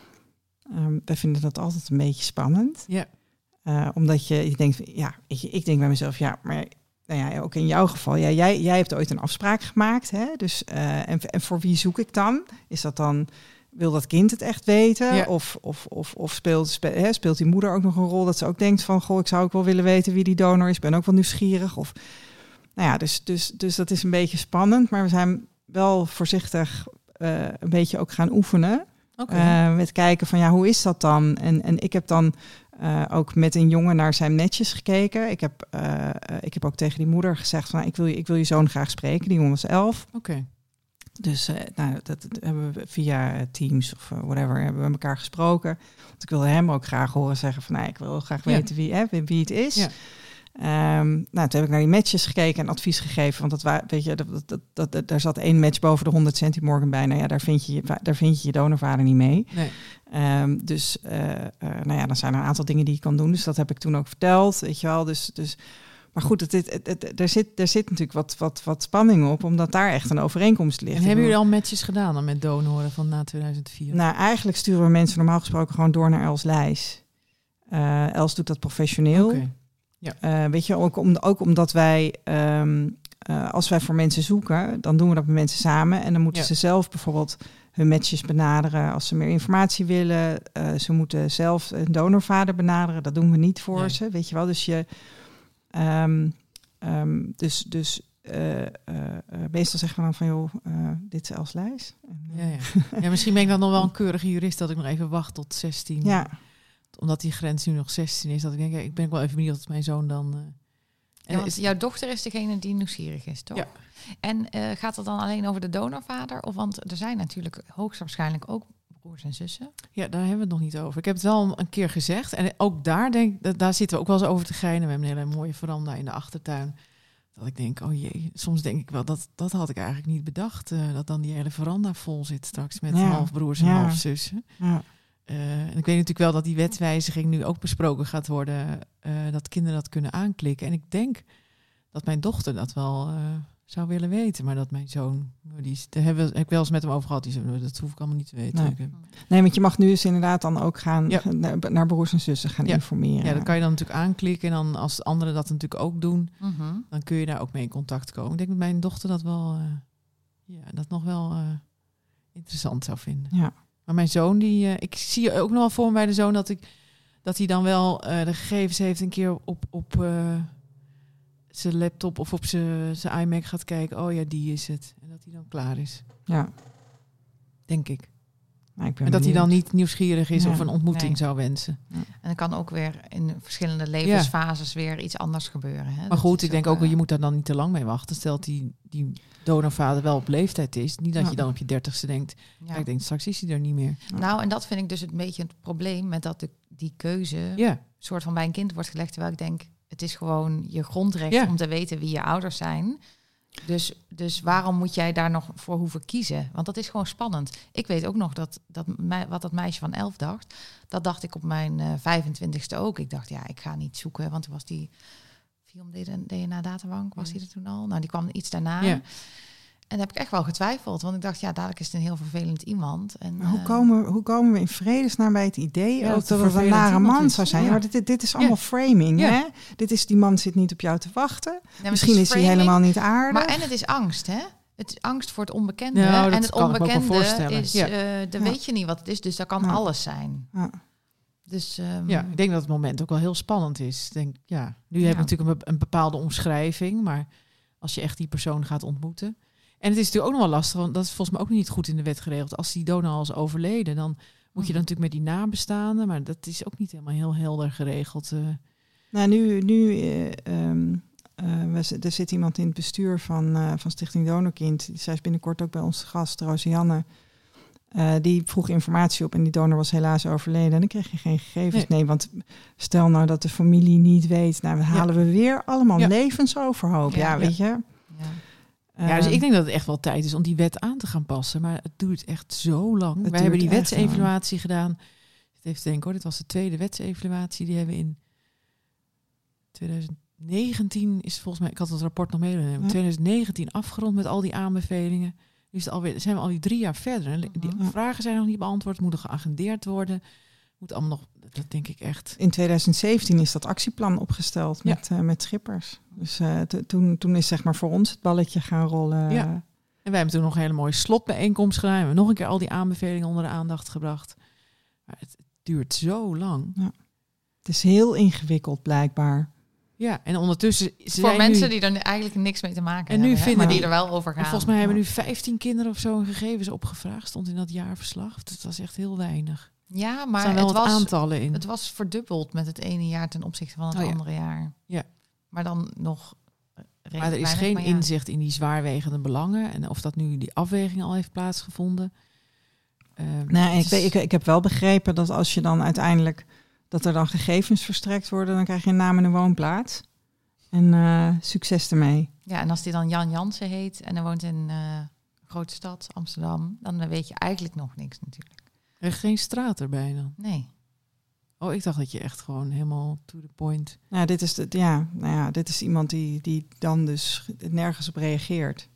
um, wij vinden dat altijd een beetje spannend. Ja. Uh, omdat je, je denkt, ja, ik, ik denk bij mezelf... ja, maar nou ja, ook in jouw geval... Ja, jij, jij hebt ooit een afspraak gemaakt. Hè? Dus, uh, en, en voor wie zoek ik dan? Is dat dan... Wil dat kind het echt weten? Ja. Of, of, of, of speelt, spe, hè, speelt die moeder ook nog een rol... dat ze ook denkt van... goh, ik zou ook wel willen weten wie die donor is. Ik ben ook wel nieuwsgierig. Of... Nou ja, dus, dus, dus dat is een beetje spannend. Maar we zijn wel voorzichtig uh, een beetje ook gaan oefenen. Okay. Uh, met kijken van ja, hoe is dat dan? En, en ik heb dan uh, ook met een jongen naar zijn matches gekeken. Ik heb, uh, uh, ik heb ook tegen die moeder gezegd van nou, ik, wil je, ik wil je zoon graag spreken. Die jongen was elf. Oké. Okay. Dus uh, nou, dat, dat hebben we via Teams of uh, whatever hebben we elkaar gesproken. Want ik wilde hem ook graag horen zeggen van nou, ik wil graag weten ja. wie, hè, wie het is. Ja. Um, nou, toen heb ik naar die matches gekeken en advies gegeven. Want dat wa- weet je, dat, dat, dat, dat, daar zat één match boven de honderd centimorgen bij. Nou ja, daar vind je je, daar vind je, je donorvader niet mee. Nee. Um, dus uh, uh, nou ja, dan zijn er een aantal dingen die je kan doen. Dus dat heb ik toen ook verteld, weet je wel. Dus, dus, maar goed, het, het, het, het, er, zit, er zit natuurlijk wat, wat, wat spanning op, omdat daar echt een overeenkomst ligt. En hebben jullie al matches gedaan dan met donoren van na tweeduizend vier? Nou, eigenlijk sturen we mensen normaal gesproken gewoon door naar Els Lijs. Uh, Els doet dat professioneel. Okay. Ja. Uh, weet je, ook, om, ook omdat wij, um, uh, als wij voor mensen zoeken, dan doen we dat met mensen samen. En dan moeten ja. ze zelf bijvoorbeeld hun matches benaderen als ze meer informatie willen. Uh, ze moeten zelf een donorvader benaderen. Dat doen we niet voor nee. ze, weet je wel. Dus je, um, um, dus, dus uh, uh, uh, meestal zeggen we dan van, joh, uh, dit is Els Lijs. Ja, ja. ja, misschien ben ik dan nog wel een keurige jurist dat ik nog even wacht tot zestien. Ja. Omdat die grens nu nog zestien is, dat ik denk, ik ben wel even benieuwd dat mijn zoon dan... Uh, ja, want jouw dochter is degene die nieuwsgierig is, toch? Ja. En uh, gaat het dan alleen over de donorvader? Of want er zijn natuurlijk hoogstwaarschijnlijk ook broers en zussen. Ja, daar hebben we het nog niet over. Ik heb het wel een keer gezegd. En ook daar denk dat, daar zitten we ook wel eens over te geinen. We hebben een hele mooie veranda in de achtertuin. Dat ik denk, oh jee, soms denk ik wel, dat, dat had ik eigenlijk niet bedacht. Uh, dat dan die hele veranda vol zit straks met ja. halfbroers en ja. halfzussen. Ja. Uh, en ik weet natuurlijk wel dat die wetswijziging nu ook besproken gaat worden. Uh, dat kinderen dat kunnen aanklikken. En ik denk dat mijn dochter dat wel uh, zou willen weten. Maar dat mijn zoon, die is, daar hebben we, heb ik wel eens met hem over gehad. Die zei, dat hoef ik allemaal niet te weten. Nee, nee want je mag nu dus inderdaad dan ook gaan ja. naar, naar broers en zussen gaan ja. informeren. Ja, dat kan je dan natuurlijk aanklikken. En dan als anderen dat natuurlijk ook doen, uh-huh. dan kun je daar ook mee in contact komen. Ik denk dat mijn dochter dat wel, uh, ja, dat nog wel uh, interessant zou vinden. Ja. Maar mijn zoon, die, uh, ik zie ook nog wel voor me bij de zoon dat ik dat hij dan wel uh, de gegevens heeft een keer op, op uh, zijn laptop of op zijn, zijn iMac gaat kijken. Oh ja, die is het. En dat hij dan klaar is. Ja. Denk ik. Nou, ik ben en dat benieuwd. hij dan niet nieuwsgierig is ja. of een ontmoeting nee. zou wensen. Ja. En dan kan ook weer in verschillende levensfases ja. weer iets anders gebeuren. Hè? Maar goed, ik denk ook, uh, je moet daar dan niet te lang mee wachten. Stel dat die, die donorvader wel op leeftijd is. Niet dat ja. je dan op je dertigste denkt, ja. ja, ik denk straks is hij er niet meer. Ja. Nou, en dat vind ik dus een beetje het probleem met dat de, die keuze ja. soort van bij een kind wordt gelegd. Terwijl ik denk, het is gewoon je grondrecht ja. om te weten wie je ouders zijn. Dus, dus waarom moet jij daar nog voor hoeven kiezen? Want dat is gewoon spannend. Ik weet ook nog dat, dat mij, wat dat meisje van elf dacht. Dat dacht ik op mijn uh, vijfentwintigste ook. Ik dacht, ja, ik ga niet zoeken. Want toen was die Viom D N A-databank, was die er toen al? Nou, die kwam iets daarna. Ja. En daar heb ik echt wel getwijfeld. Want ik dacht, ja, dadelijk is het een heel vervelend iemand. En, maar hoe, uh, komen, hoe komen we in vredesnaam bij het idee ja, ook dat dat het een nare man zou zijn? Ja. Ja, maar dit, dit is allemaal Ja. framing. Ja. Hè? Dit is, die man zit niet op jou te wachten. ja, Misschien is, is hij framing, helemaal niet aardig. Maar en het is angst, hè? Het is angst voor het onbekende. Nou, dat en het kan ik me ook wel onbekende voorstellen. is, Ja. uh, dan Ja. weet je niet wat het is. Dus dat kan Ja. alles zijn. Ja. Dus um, Ja, ik denk dat het moment ook wel heel spannend is. Ik Denk, ja, nu Ja. heb je natuurlijk een, be- een bepaalde omschrijving, maar als je echt die persoon gaat ontmoeten. En het is natuurlijk ook nog wel lastig, want dat is volgens mij ook niet goed in de wet geregeld. Als die donor al is overleden, dan moet je dan natuurlijk met die nabestaanden, maar dat is ook niet helemaal heel helder geregeld. Uh. Nou, nu, nu uh, um, uh, we, er zit iemand in het bestuur van, uh, van Stichting Donorkind. Zij is binnenkort ook bij ons te gast, Rosianne. Uh, die vroeg informatie op en die donor was helaas overleden. En dan kreeg je geen gegevens. Nee, nee want stel nou dat de familie niet weet. Nou, dan halen ja. we weer allemaal ja. levens overhoop. Ja, ja, weet je. Ja. Uh, ja, dus ik denk dat het echt wel tijd is om die wet aan te gaan passen. Maar het duurt echt zo lang. Wij hebben die wetsevaluatie gedaan. Het heeft denk ik hoor, dit was de tweede wetsevaluatie. Die hebben we in twintig negentien is volgens mij, ik had het rapport nog meegenomen. Ja. twintig negentien afgerond met al die aanbevelingen. Nu is het alweer, zijn we alweer drie jaar verder. En die ja. vragen zijn nog niet beantwoord, moeten geagendeerd worden. Moet allemaal nog, dat denk ik echt. In twintig zeventien is dat actieplan opgesteld ja. met, uh, met Schippers. Dus uh, t- toen, toen is zeg maar voor ons het balletje gaan rollen. Ja. En wij hebben toen nog een hele mooie slotbijeenkomst gedaan. We hebben nog een keer al die aanbevelingen onder de aandacht gebracht. Maar het, het duurt zo lang. Ja. Het is heel ingewikkeld blijkbaar. Ja, en ondertussen... Voor mensen nu, die er eigenlijk niks mee te maken en nu hebben, vinden maar die er wel over gaan. Volgens mij hebben nu vijftien kinderen of zo hun gegevens opgevraagd. Stond in dat jaarverslag. Dus dat was echt heel weinig. Ja, maar wel het was, aantallen in. Het was verdubbeld met het ene jaar ten opzichte van het oh, ja. andere jaar. Ja. Maar dan nog... Maar er is geen maar ja. inzicht in die zwaarwegende belangen. En of dat nu die afweging al heeft plaatsgevonden. Uh, nou, ik, weet, ik, ik heb wel begrepen dat als je dan uiteindelijk... dat er dan gegevens verstrekt worden... dan krijg je een naam en een woonplaats. En uh, succes ermee. Ja, en als die dan Jan Jansen heet... en hij woont in uh, een grote stad, Amsterdam... dan weet je eigenlijk nog niks natuurlijk. Er is geen straat erbij dan? Nee. Oh, ik dacht dat je echt gewoon helemaal to the point... Nou, dit is, de, ja, nou ja, dit is iemand die, die dan dus nergens op reageert.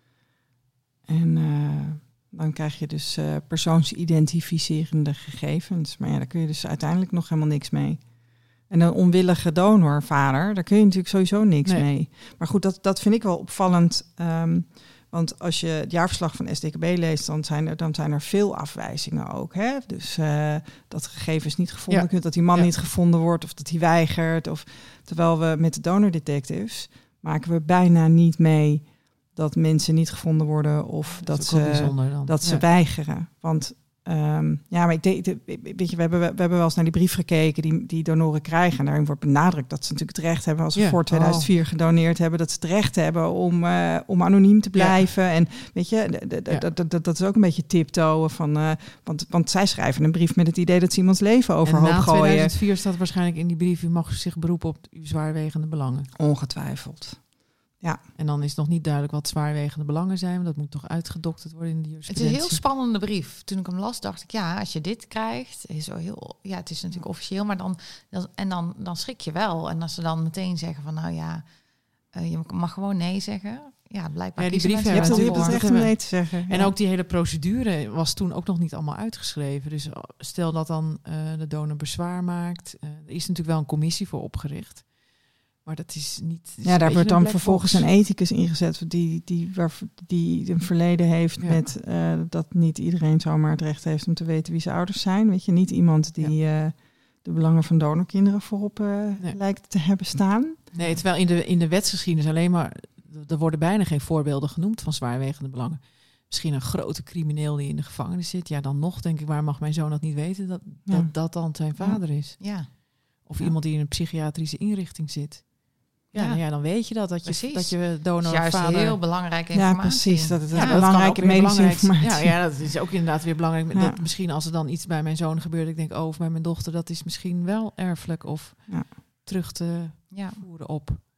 En uh, dan krijg je dus uh, persoonsidentificerende gegevens. Maar ja, daar kun je dus uiteindelijk nog helemaal niks mee. En een onwillige donorvader, daar kun je natuurlijk sowieso niks nee. mee. Maar goed, dat, dat vind ik wel opvallend... Um, Want als je het jaarverslag van S D K B leest, dan zijn er, dan zijn er veel afwijzingen ook. Hè? Dus uh, dat gegevens niet gevonden ja. kunt, dat die man ja. niet gevonden wordt of dat hij weigert. Of, terwijl we met de donor detectives maken we bijna niet mee dat mensen niet gevonden worden of dat, dat ze, dat ze ja. weigeren. Want um, ja, maar ik denk, weet je, we hebben, we hebben wel eens naar die brief gekeken die, die donoren krijgen. En daarin wordt benadrukt dat ze natuurlijk het recht hebben als ze ja. voor tweeduizend vier oh. gedoneerd hebben, dat ze het recht hebben om, uh, om anoniem te blijven. Ja. En weet je, d- d- ja. d- d- d- dat is ook een beetje tiptoeën van, uh, want, want zij schrijven een brief met het idee dat ze iemands leven overhoop gooien. En na tweeduizend vier staat waarschijnlijk in die brief, u mag zich beroepen op uw zwaarwegende belangen. Ongetwijfeld. Ja. En dan is nog niet duidelijk wat zwaarwegende belangen zijn. Want dat moet toch uitgedokterd worden in de jurisprudentie. Het is een heel spannende brief. Toen ik hem las, dacht ik, ja, als je dit krijgt, is zo heel, ja, het is natuurlijk officieel, maar dan, dan en dan, dan schrik je wel. En als ze dan meteen zeggen van, nou ja, uh, je mag gewoon nee zeggen. Ja, blijkbaar. Ja, die brief je hebt het, het recht om nee te zeggen. En ja. ook die hele procedure was toen ook nog niet allemaal uitgeschreven. Dus stel dat dan uh, de donor bezwaar maakt, uh, er is natuurlijk wel een commissie voor opgericht. Maar dat is niet... Is ja, daar wordt dan vervolgens box. Een ethicus ingezet die, die, waar, die een verleden heeft ja. met uh, dat niet iedereen zomaar het recht heeft om te weten wie zijn ouders zijn. Weet je, niet iemand die ja. uh, de belangen van donorkinderen voorop uh, nee. lijkt te hebben staan. Nee, terwijl in de, in de wetsgeschiedenis alleen maar... Er worden bijna geen voorbeelden genoemd van zwaarwegende belangen. Misschien een grote crimineel die in de gevangenis zit. Ja, dan nog denk ik, waar mag mijn zoon dat niet weten? Dat ja. dat, dat dan zijn vader ja. is. Ja. Of ja. iemand die in een psychiatrische inrichting zit. Ja, ja. Nou ja, dan weet je dat, dat je, dat je donor juist vader... heel belangrijke informatie. Ja, precies. Dat het ja, een belangrijke medische informatie. Ja, ja, dat is ook inderdaad weer belangrijk. Ja. Dat misschien als er dan iets bij mijn zoon gebeurt, ik denk, oh, of bij mijn dochter, dat is misschien wel erfelijk of ja. terug te ja. voeren op.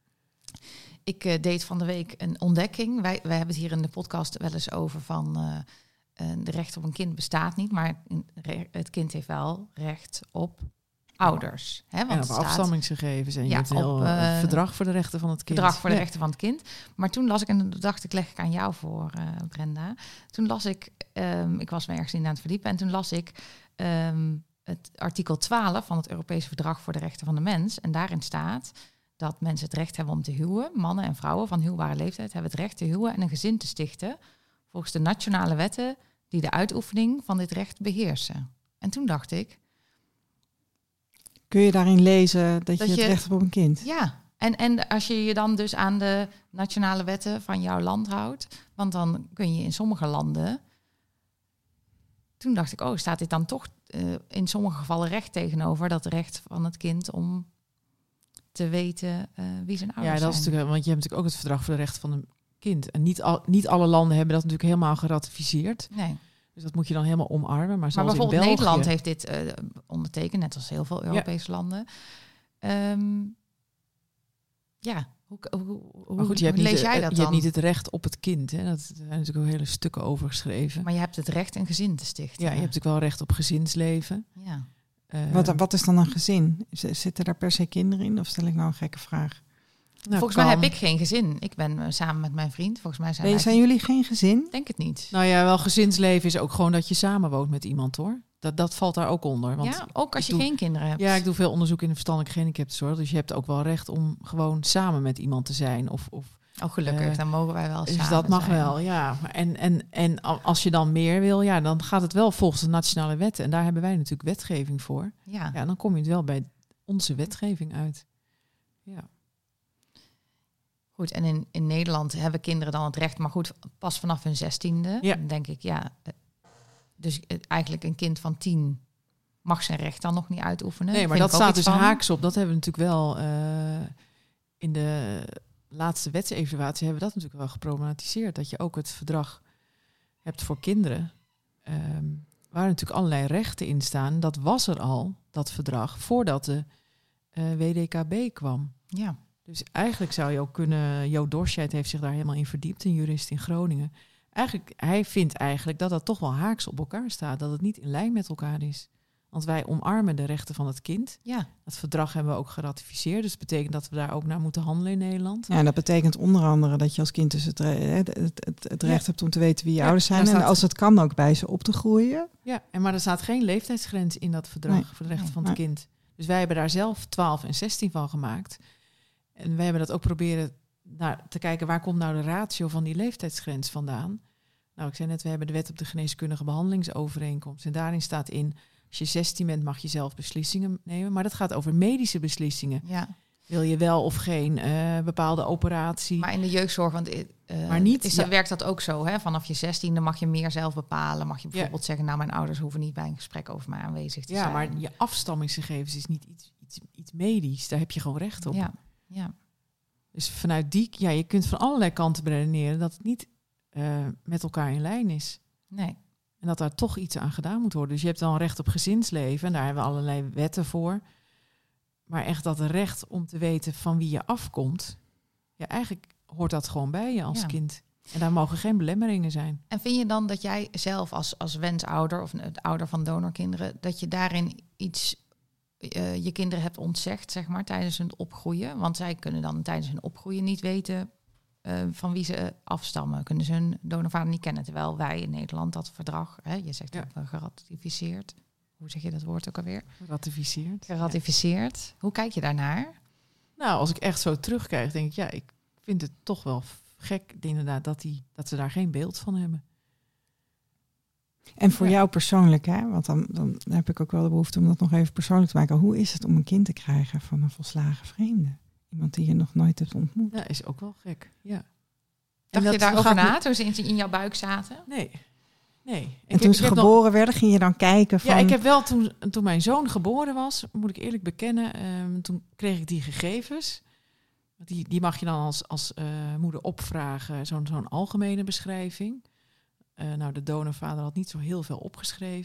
Ik uh, deed van de week een ontdekking. Wij, wij hebben het hier in de podcast wel eens over van... Uh, uh, de recht op een kind bestaat niet, maar het kind heeft wel recht op ouders. Hè, want en op het staat, afstammingsgegevens. En je ja, hebt een heel op, uh, verdrag voor de rechten van het kind. Verdrag voor de ja. rechten van het kind. Maar toen las ik, en dat dacht ik, leg ik aan jou voor, uh, Brenda. Toen las ik, um, ik was me ergens in aan het verdiepen... en toen las ik um, het artikel twaalf van het Europese Verdrag voor de Rechten van de Mens. En daarin staat dat mensen het recht hebben om te huwen. Mannen en vrouwen van huwbare leeftijd hebben het recht te huwen en een gezin te stichten, volgens de nationale wetten die de uitoefening van dit recht beheersen. En toen dacht ik... Kun je daarin lezen dat, dat je het je, recht hebt op een kind? Ja, en, en als je je dan dus aan de nationale wetten van jouw land houdt, want dan kun je in sommige landen... Toen dacht ik, oh, staat dit dan toch uh, in sommige gevallen recht tegenover dat recht van het kind om te weten uh, wie zijn ouders zijn? Ja, dat is natuurlijk, want je hebt natuurlijk ook het verdrag voor de rechten van een kind. En niet, al, niet alle landen hebben dat natuurlijk helemaal geratificeerd. Nee. Dus dat moet je dan helemaal omarmen. Maar, maar bijvoorbeeld in België, Nederland heeft dit uh, ondertekend, net als heel veel Europese ja. landen. Um, ja, hoe, hoe, hoe, goed, je hebt hoe lees niet, jij dat je dan? Je hebt niet het recht op het kind. Hè? Dat er zijn natuurlijk ook hele stukken over geschreven. Maar je hebt het recht een gezin te stichten. Ja, je hebt natuurlijk wel recht op gezinsleven. Ja. Uh, wat, wat is dan een gezin? Zitten daar per se kinderen in? Of stel ik nou een gekke vraag? Nou, Volgens kan. mij heb ik geen gezin. Ik ben uh, samen met mijn vriend. Volgens mij zijn, nee, wij zijn jullie geen gezin? Denk het niet. Nou ja, wel gezinsleven is ook gewoon dat je samenwoont met iemand, hoor. Dat, dat valt daar ook onder. Want ja, ook als je doe, geen kinderen hebt. Ja, ik doe veel onderzoek in de verstandelijke gehandicaptenzorg. Dus je hebt ook wel recht om gewoon samen met iemand te zijn. Of, of, oh, gelukkig. Uh, dan mogen wij wel dus samen dat mag zijn. wel, ja. En, en, en als je dan meer wil, ja, dan gaat het wel volgens de nationale wetten. En daar hebben wij natuurlijk wetgeving voor. Ja. Ja, dan kom je het wel bij onze wetgeving uit. Ja. Goed, en in, in Nederland hebben kinderen dan het recht, maar goed, pas vanaf hun zestiende. Ja. Dan denk ik, ja, dus eigenlijk een kind van tien mag zijn recht dan nog niet uitoefenen. Nee, maar Vind dat staat dus van. haaks op. Dat hebben we natuurlijk wel uh, in de laatste wetsevaluatie hebben we dat natuurlijk wel geproblematiseerd. Dat je ook het verdrag hebt voor kinderen. Um, waar natuurlijk allerlei rechten in staan. Dat was er al, dat verdrag, voordat de uh, W D K B kwam. Ja. Dus eigenlijk zou je ook kunnen... Jo Dorscheid heeft zich daar helemaal in verdiept, een jurist in Groningen. Eigenlijk, hij vindt eigenlijk dat dat toch wel haaks op elkaar staat. Dat het niet in lijn met elkaar is. Want wij omarmen de rechten van het kind. Ja. Dat verdrag hebben we ook geratificeerd. Dus dat betekent dat we daar ook naar moeten handelen in Nederland. Ja, en dat betekent onder andere dat je als kind dus het, het, het, het recht ja. hebt om te weten wie je ja, ouders zijn. En als het kan ook bij ze op te groeien. Ja, en maar er staat geen leeftijdsgrens in dat verdrag nee. voor de rechten van het nee. kind. Dus wij hebben daar zelf twaalf en zestien van gemaakt. En wij hebben dat ook proberen naar, te kijken, waar komt nou de ratio van die leeftijdsgrens vandaan? Nou, ik zei net, we hebben de wet op de geneeskundige behandelingsovereenkomst. En daarin staat in, als je zestien bent, mag je zelf beslissingen nemen. Maar dat gaat over medische beslissingen. Ja. Wil je wel of geen uh, bepaalde operatie? Maar in de jeugdzorg, want uh, maar niet, is dat, ja. werkt dat ook zo? Hè? Vanaf je zestiende mag je meer zelf bepalen. Mag je bijvoorbeeld ja. zeggen, nou, mijn ouders hoeven niet bij een gesprek over mij aanwezig te ja, zijn. Ja, maar je afstammingsgegevens is niet iets, iets, iets medisch. Daar heb je gewoon recht op. Ja, ja. Dus vanuit die, ja, je kunt van allerlei kanten beredeneren dat het niet uh, met elkaar in lijn is. Nee. En dat daar toch iets aan gedaan moet worden. Dus je hebt dan recht op gezinsleven. En daar hebben we allerlei wetten voor. Maar echt dat recht om te weten van wie je afkomt. Ja, eigenlijk hoort dat gewoon bij je als ja. kind. En daar mogen geen belemmeringen zijn. En vind je dan dat jij zelf als, als wensouder of het ouder van donorkinderen, dat je daarin iets uh, je kinderen hebt ontzegd, zeg maar, tijdens hun opgroeien? Want zij kunnen dan tijdens hun opgroeien niet weten uh, van wie ze afstammen. Kunnen ze hun donorvader niet kennen. Terwijl wij in Nederland dat verdrag, hè, je zegt ja. ook geratificeerd. Hoe zeg je dat woord ook alweer? Geratificeerd. Geratificeerd. Ja. Hoe kijk je daarnaar? Nou, als ik echt zo terugkijk, denk ik, ja, ik vind het toch wel gek inderdaad dat, die, dat ze daar geen beeld van hebben. En voor ja. jou persoonlijk, hè? Want dan, dan heb ik ook wel de behoefte om dat nog even persoonlijk te maken. Hoe is het om een kind te krijgen van een volslagen vreemde? Iemand die je nog nooit hebt ontmoet. Ja, is ook wel gek, ja. Dacht je daarover na toen ze in, in jouw buik zaten? Nee. Nee. En ik toen heb, ze geboren nog... werden, ging je dan kijken van... Ja, ik heb wel toen, toen mijn zoon geboren was, moet ik eerlijk bekennen, um, toen kreeg ik die gegevens. Die, die mag je dan als, als uh, moeder opvragen, zo'n, zo'n algemene beschrijving. Uh, nou, de donorvader had niet zo heel veel opgeschreven.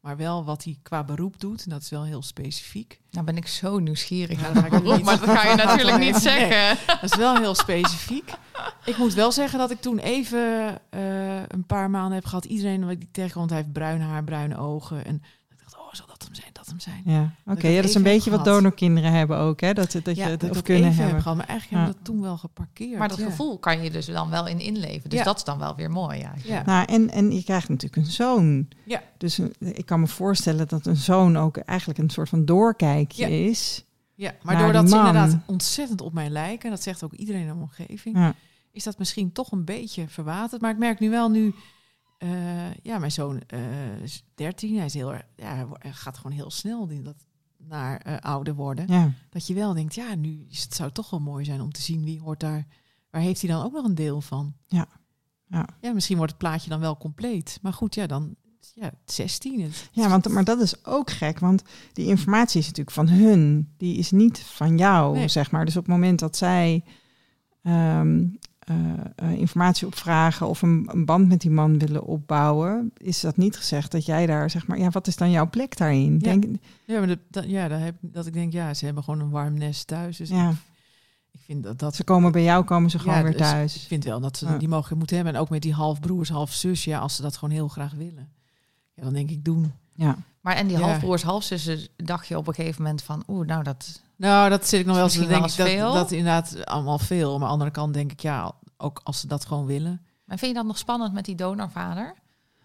maar wel wat hij qua beroep doet. En dat is wel heel specifiek. Nou ben ik zo nieuwsgierig Ja, naar dat dat ga ik beroep, niet- maar dat ga je natuurlijk niet Nee. zeggen. Dat is wel heel specifiek. Ik moet wel zeggen dat ik toen even uh, een paar maanden heb gehad. Iedereen die tegenkwam, want hij heeft bruin haar, bruine ogen. En ik dacht, oh, zal dat hem zijn, dat hem zijn. Ja, oké. Dat ik Ja, dat is een even beetje heb wat gehad. donorkinderen hebben ook, hè? Dat, dat Ja, je dat of ik kunnen even hebben. heb gehad. Maar eigenlijk Ja. hebben we dat toen wel geparkeerd. Maar dat ja. gevoel kan je dus dan wel in inleven. Dus Ja. dat is dan wel weer mooi. Ja. Ja. Nou, en, en je krijgt natuurlijk een zoon. Ja. Dus een- ik kan me voorstellen dat een zoon ook eigenlijk een soort van doorkijkje Ja. is. Ja, maar naar doordat die ze man. inderdaad ontzettend op mij lijken, dat zegt ook iedereen in de omgeving, Ja. is dat misschien toch een beetje verwaterd. Maar ik merk nu wel nu, uh, ja, mijn zoon uh, is dertien, hij is heel, erg- ja, hij wo- hij gaat gewoon heel snel die- dat, naar uh, ouder worden. Ja. Dat je wel denkt, ja, nu is het zou toch wel mooi zijn om te zien wie hoort daar, waar heeft hij dan ook nog een deel van? Ja. Ja. Ja, misschien wordt het plaatje dan wel compleet. Maar goed, ja, dan ja, zestien. Het, Ja, want, maar dat is ook gek, want die informatie is natuurlijk van hun. Die is niet van jou, Nee. zeg maar. Dus op het moment dat zij um, uh, uh, informatie opvragen of een, een band met die man willen opbouwen, is dat niet gezegd dat jij daar, zeg maar, ja, wat is dan jouw plek daarin? Ja. Denk, Ja, maar dat, dat, ja, daar heb, ik- dat ik denk, ja, ze hebben gewoon een warm nest thuis. Dus ja, ik, ik vind dat dat... ze komen bij jou, komen ze gewoon Ja, weer dus thuis. Ik vind wel dat ze Ja. die mogen moeten hebben. En ook met die halfbroers, halfzus, ja, als ze dat gewoon heel graag willen. Ja, dan denk ik doen. Ja. Maar en die Ja. halfbroers, halfzussen, dacht je op een gegeven moment van, oeh, nou dat... Nou, dat zit ik nog wel eens te Misschien wel denken. eens Dat, veel. dat inderdaad allemaal veel. Maar aan de andere kant denk ik, ja, ook als ze dat gewoon willen. Maar vind je dat nog spannend met die donorvader?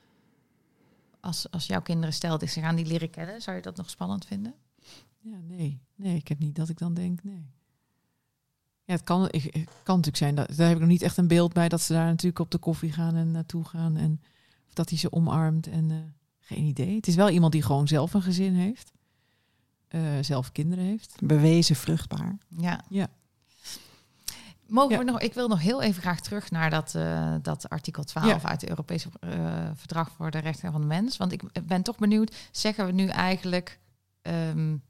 Als, als jouw kinderen stelt is, ze gaan die leren kennen, zou je dat nog spannend vinden? Ja, nee. Nee, ik heb niet dat ik dan denk, nee. Ja, het kan, ik, het kan natuurlijk zijn, dat, daar heb ik nog niet echt een beeld bij, dat ze daar natuurlijk op de koffie gaan en naartoe gaan. En of dat hij ze omarmt en uh, geen idee. Het is wel iemand die gewoon zelf een gezin heeft. Uh, zelf kinderen heeft. Bewezen vruchtbaar. Ja. Ja. Mogen Ja. we nog, ik wil nog heel even graag terug naar dat, uh, dat artikel twaalf Ja. uit het Europese uh, Verdrag voor de Rechten van de Mens. Want ik ben toch benieuwd, zeggen we nu eigenlijk, um,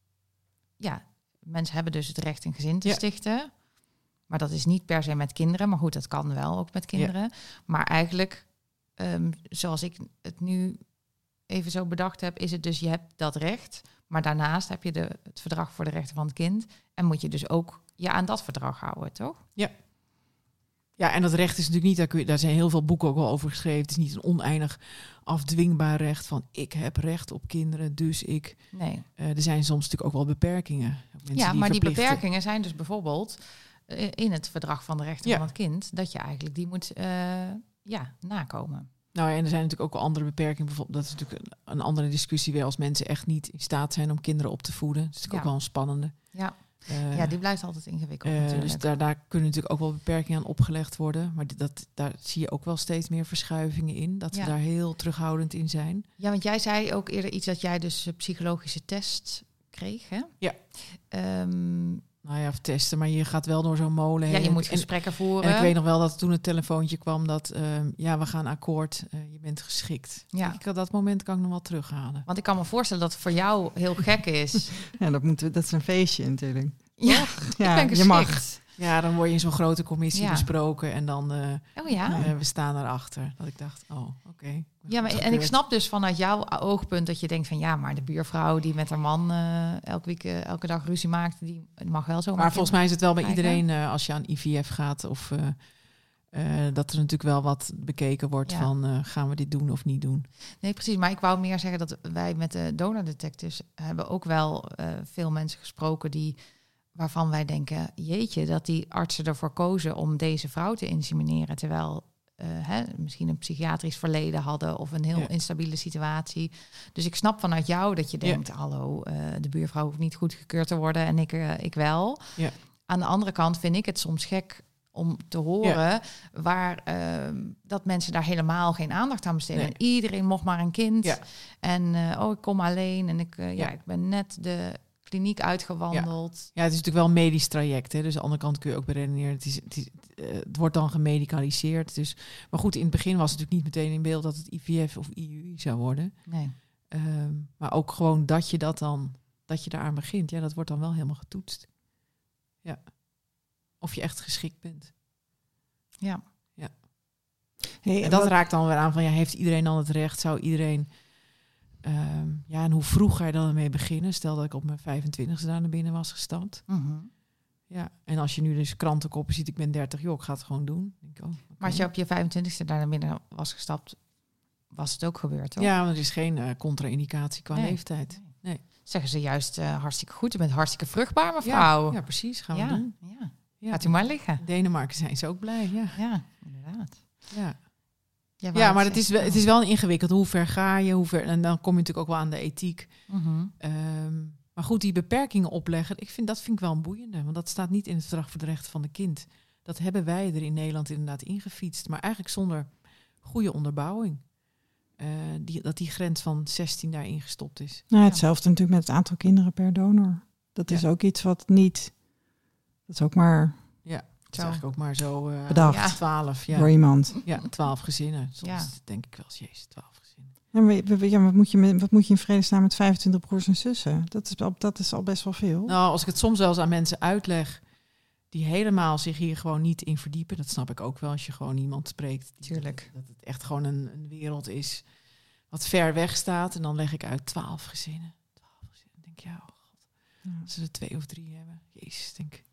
ja, mensen hebben dus het recht een gezin te Ja. stichten. Maar dat is niet per se met kinderen. Maar goed, dat kan wel ook met kinderen. Ja. Maar eigenlijk, um, zoals ik het nu even zo bedacht heb, is het dus, je hebt dat recht. Maar daarnaast heb je de, het Verdrag voor de Rechten van het Kind. En moet je dus ook je aan dat verdrag houden, toch? Ja. Ja, en dat recht is natuurlijk niet, daar, kun je, daar zijn heel veel boeken ook wel over geschreven. Het is niet een oneindig afdwingbaar recht van ik heb recht op kinderen, dus ik... Nee. Uh, er zijn soms natuurlijk ook wel beperkingen. Mensen ja, die maar die verplichten. beperkingen zijn dus bijvoorbeeld uh, in het Verdrag van de Rechten Ja. van het Kind, dat je eigenlijk die moet uh, ja, nakomen. Nou ja, en er zijn natuurlijk ook wel andere beperkingen. Bijvoorbeeld, dat is natuurlijk een, een andere discussie weer als mensen echt niet in staat zijn om kinderen op te voeden. Dat is natuurlijk Ja. ook wel een spannende. Ja. Uh, ja, die blijft altijd ingewikkeld uh, natuurlijk. Dus daar, daar kunnen natuurlijk ook wel beperkingen aan opgelegd worden. Maar dat, daar zie je ook wel steeds meer verschuivingen in. Dat ze Ja. daar heel terughoudend in zijn. Ja, want jij zei ook eerder iets dat jij dus een psychologische test kreeg, hè? Ja. Um, Nou ja, of testen, maar je gaat wel door zo'n molen heen. ja, je moet En- gesprekken voeren. En ik weet nog wel dat toen het telefoontje kwam dat, uh, ja, we gaan akkoord, uh, je bent geschikt. Ja. Ik, dat moment kan ik nog wel terughalen. Want ik kan me voorstellen dat het voor jou heel gek is. Ja, dat, moeten we, dat is een feestje natuurlijk. ja, Ja, ik ben geschikt. je mag. Ja, dan word je in zo'n grote commissie Ja. besproken en dan, uh, Oh ja? uh, we staan erachter. Dat ik dacht, oh, oké. Okay. Ja, maar, en ik snap dus vanuit jouw oogpunt dat je denkt van ja, maar de buurvrouw die met haar man uh, elke week, uh, elke dag ruzie maakt, die mag wel zo. Maar volgens mij is het wel bij kijken. iedereen uh, als je aan I V F gaat of uh, uh, dat er natuurlijk wel wat bekeken wordt Ja. van uh, gaan we dit doen of niet doen. Nee, precies. Maar ik wou meer zeggen dat wij met de donor detectives hebben ook wel uh, veel mensen gesproken die waarvan wij denken, jeetje, dat die artsen ervoor kozen om deze vrouw te insemineren, terwijl uh, hè, misschien een psychiatrisch verleden hadden of een heel Ja. instabiele situatie. Dus ik snap vanuit jou dat je denkt, ja. hallo, uh, de buurvrouw hoeft niet goedgekeurd te worden en ik, uh, ik wel. Ja. Aan de andere kant vind ik het soms gek om te horen Ja. waar uh, dat mensen daar helemaal geen aandacht aan besteden. Nee. En iedereen mocht maar een kind. Ja. En uh, oh, ik kom alleen en ik, uh, ja. Ja. ik ben net de kliniek uitgewandeld. Ja, het is natuurlijk wel een medisch traject. Hè? Dus aan de andere kant kun je ook beredeneren. Het, is, het, is, uh, het wordt dan gemedicaliseerd. Dus, maar goed, in het begin was het natuurlijk niet meteen in beeld dat het I V F of I U I zou worden. Nee. Um, maar ook gewoon dat je dat dan, dat je daaraan begint. Ja, dat wordt dan wel helemaal getoetst. Ja. Of je echt geschikt bent. Ja. Ja. Hey, en dat wat... raakt dan weer aan van, ja, heeft iedereen dan het recht? Zou iedereen Um, ja, en hoe vroeg ga je dan ermee beginnen? Stel dat ik op mijn vijfentwintigste daar naar binnen was gestapt. Mm-hmm. Ja, en als je nu dus krantenkoppen ziet, ik ben dertig, joh, ik ga het gewoon doen. Denk, oh, okay. Maar als je op je vijfentwintigste daar naar binnen was gestapt, was het ook gebeurd, toch? Ja, want er is geen uh, contra-indicatie qua nee. leeftijd. Nee. Zeggen ze juist uh, hartstikke goed. Je bent hartstikke vruchtbaar, mevrouw. Ja, ja precies. Gaan we ja, doen. Ja. Ja. Gaat u maar liggen. Denemarken zijn ze ook blij, ja. Ja, inderdaad. Ja, ja, ja maar het is, wel, het is wel een ingewikkeld. Hoe ver ga je? Hoe ver, en dan kom je natuurlijk ook wel aan de ethiek. Mm-hmm. Um, maar goed, die beperkingen opleggen, ik vind, dat vind ik wel een boeiende. Want dat staat niet in het verdrag voor de rechten van de kind. Dat hebben wij er in Nederland inderdaad ingefietst. Maar eigenlijk zonder goede onderbouwing. Uh, die, dat die grens van zestien daarin gestopt is. Nou, hetzelfde natuurlijk met het aantal kinderen per donor. Dat is ja. ook iets wat niet... Dat is ook maar... Ja, dat is eigenlijk ook maar zo... Uh, bedacht. Ja, twaalf. Ja. Door iemand. Ja, twaalf gezinnen. Soms ja. denk ik wel eens, jezus, twaalf gezinnen. Ja, maar, ja, wat, moet je met, wat moet je in vredesnaam met vijfentwintig broers en zussen? Dat is, dat is al best wel veel. Nou, als ik het soms wel eens aan mensen uitleg... die helemaal zich hier gewoon niet in verdiepen... dat snap ik ook wel als je gewoon iemand spreekt. Tuurlijk. Dat het echt gewoon een, een wereld is... wat ver weg staat. En dan leg ik uit twaalf gezinnen. Twaalf gezinnen. Dan denk je, oh god. Ja. Als ze er twee of drie hebben. Jezus, denk ik.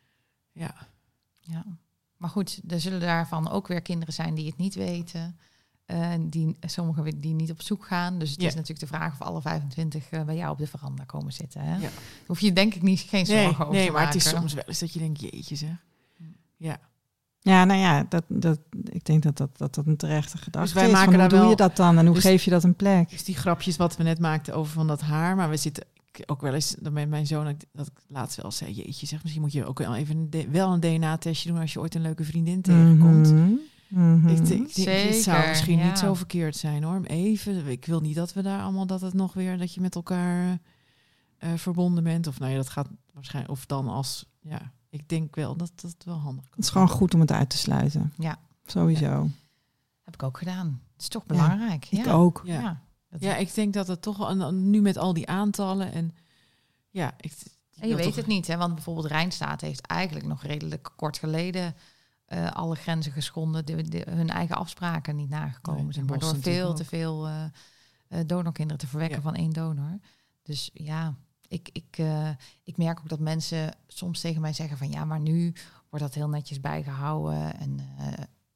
Ja. Ja. Maar goed, er zullen daarvan ook weer kinderen zijn die het niet weten. Uh, die, sommigen die niet op zoek gaan. Dus het ja. is natuurlijk de vraag of alle vijfentwintig uh, bij jou op de veranda komen zitten. Hè? Ja. Hoef je denk ik niet geen zorgen nee, over nee, te maar maken. Het is soms wel eens dat je denkt, jeetje zeg. Ja. Ja, nou ja, dat, dat, ik denk dat dat, dat, dat een terechte gedachte dus wij is. Maken van, hoe doe wel, je dat dan en hoe dus, geef je dat een plek? Dus die grapjes wat we net maakten over van dat haar. Maar we zitten ook wel eens met mijn zoon, dat ik laatst wel zei, jeetje zeg, misschien moet je ook wel even een, wel een D N A-testje doen als je ooit een leuke vriendin tegenkomt. Mm-hmm. Mm-hmm. Ik denk, Zeker, het zou misschien ja. niet zo verkeerd zijn hoor. Even, ik wil niet dat we daar allemaal, dat het nog weer, dat je met elkaar uh, verbonden bent. Of nou ja, dat gaat waarschijnlijk, of dan als, ja, ik denk wel dat dat wel handig kan. Het is gewoon goed om het uit te sluiten. Ja. Sowieso. Ja. Heb ik ook gedaan. Het is toch belangrijk. Ja, ja. Ik ook. Ja. Ja. Ja, ik denk dat het toch wel, nu met al die aantallen en ja, ik, en je weet toch... het niet, hè? Want bijvoorbeeld Rijnstaat heeft eigenlijk nog redelijk kort geleden uh, alle grenzen geschonden, de, de, hun eigen afspraken niet nagekomen zijn, nee, waardoor veel ook. te veel uh, uh, donorkinderen te verwekken ja. van één donor. Dus ja, ik, ik, uh, ik merk ook dat mensen soms tegen mij zeggen van ja, maar nu wordt dat heel netjes bijgehouden en uh,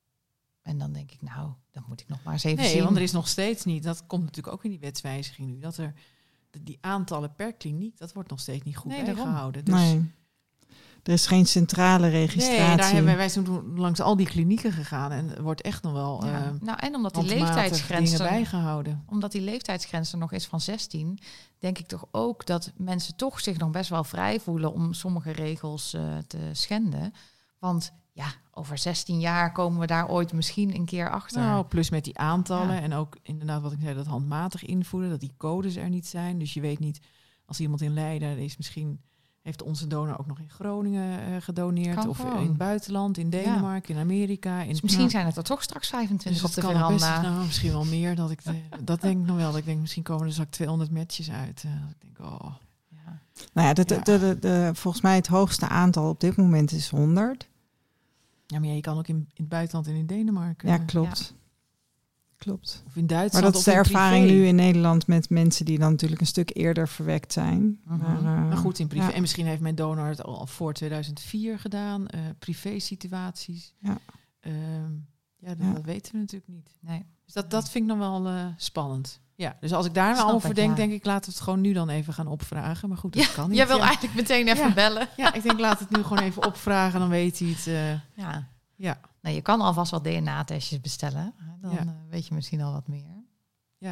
En dan denk ik, nou, dat moet ik nog maar eens even nee, zien. Want er is nog steeds niet, dat komt natuurlijk ook in die wetswijziging nu, dat er die aantallen per kliniek, dat wordt nog steeds niet goed nee, bijgehouden. Dus nee. Er is geen centrale registratie. Nee, daar hebben wij toen langs al die klinieken gegaan en er wordt echt nog wel ja. uh, nou, en omdat die leeftijdsgrens dingen bijgehouden. Omdat die leeftijdsgrens er nog is van zestien, denk ik toch ook dat mensen toch zich nog best wel vrij voelen om sommige regels uh, te schenden. Want ja, over zestien jaar komen we daar ooit misschien een keer achter. Nou, plus met die aantallen ja. en ook inderdaad wat ik zei, dat handmatig invoeren, dat die codes er niet zijn. Dus je weet niet, als iemand in Leiden is, misschien heeft onze donor ook nog in Groningen uh, gedoneerd. Kan of gewoon. In het buitenland, in Denemarken, ja. in Amerika. In dus misschien nou, zijn het er toch straks vijfentwintig dus op de veranda. Best, nou, misschien wel meer. Dat ik de, dat denk ik nog wel. Dat ik denk, misschien komen er straks tweehonderd matches uit. Uh, dat ik denk, oh. Ja. Nou ja, de, de, de, de, de, volgens mij het hoogste aantal op dit moment is honderd. Ja, maar ja, je kan ook in, in het buitenland en in Denemarken. Ja, klopt. Ja. Klopt. Of in Duitsland. Maar dat is de ervaring privé. nu in Nederland met mensen die dan natuurlijk een stuk eerder verwekt zijn. Uh-huh. Maar, uh, maar goed, in privé. Ja. En misschien heeft mijn donor het al voor tweeduizend vier gedaan. Uh, privé situaties. Ja. Uh, ja, dat, ja, dat weten we natuurlijk niet. Nee. Dus dat, dat vind ik nog wel uh, spannend. Ja, dus als ik daar nou over denk, ja. denk ik, laten we het gewoon nu dan even gaan opvragen. Maar goed, dat ja, kan niet. Jij wil ja. eigenlijk meteen even ja. bellen. Ja, ik denk, laat het nu gewoon even opvragen. Dan weet hij het. Uh, ja. ja. Nou, je kan alvast wat D N A-testjes bestellen. Dan ja. uh, weet je misschien al wat meer. Ja.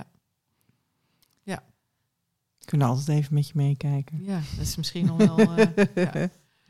Ja. We kunnen altijd even met je meekijken. Ja, dat is misschien nog wel... Uh, ja.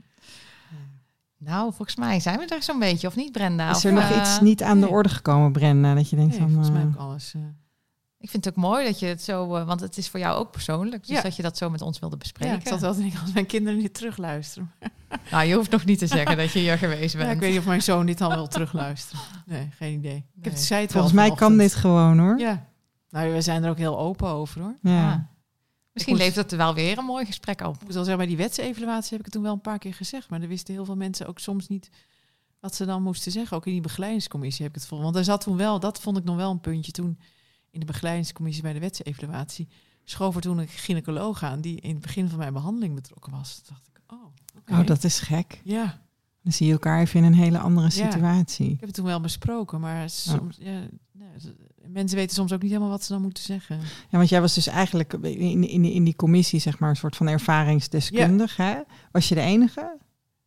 Nou, volgens mij zijn we er zo'n beetje, of niet, Brenda? Is er of, nog uh, iets niet aan nee. de orde gekomen, Brenda? Dat je denkt nee, van... volgens uh, mij ook alles... Uh, Ik vind het ook mooi dat je het zo... Uh, want het is voor jou ook persoonlijk. Dus ja. dat je dat zo met ons wilde bespreken. Ja, ik zat wel te denken als mijn kinderen niet terugluisteren. Nou, je hoeft nog niet te zeggen dat je hier geweest bent. Ja, ik weet niet of mijn zoon dit al wil terugluisteren. Nee, geen idee. Nee. Ik heb het, zei het Volgens wel mij vanochtend. kan dit gewoon, hoor. Ja. Nou, we zijn er ook heel open over, hoor. Ja. Ja. Misschien moest, levert het er wel weer een mooi gesprek op. Ik moet wel zeggen, bij die wetsevaluatie heb ik het toen wel een paar keer gezegd. Maar er wisten heel veel mensen ook soms niet wat ze dan moesten zeggen. Ook in die begeleidingscommissie heb ik het vol. Want er zat toen wel, dat vond ik nog wel een puntje toen... in de begeleidingscommissie bij de wetsevaluatie schoof er toen een gynaecoloog aan die in het begin van mijn behandeling betrokken was. Toen dacht ik, oh, okay. Oh, dat is gek. Ja. Dan zie je elkaar even in een hele andere Ja. situatie. Ik heb het toen wel besproken, maar soms, ja. Ja, nee, mensen weten soms ook niet helemaal wat ze dan moeten zeggen. Ja, want jij was dus eigenlijk in, in, in die commissie, zeg maar, een soort van ervaringsdeskundige. Hè? Was je de enige?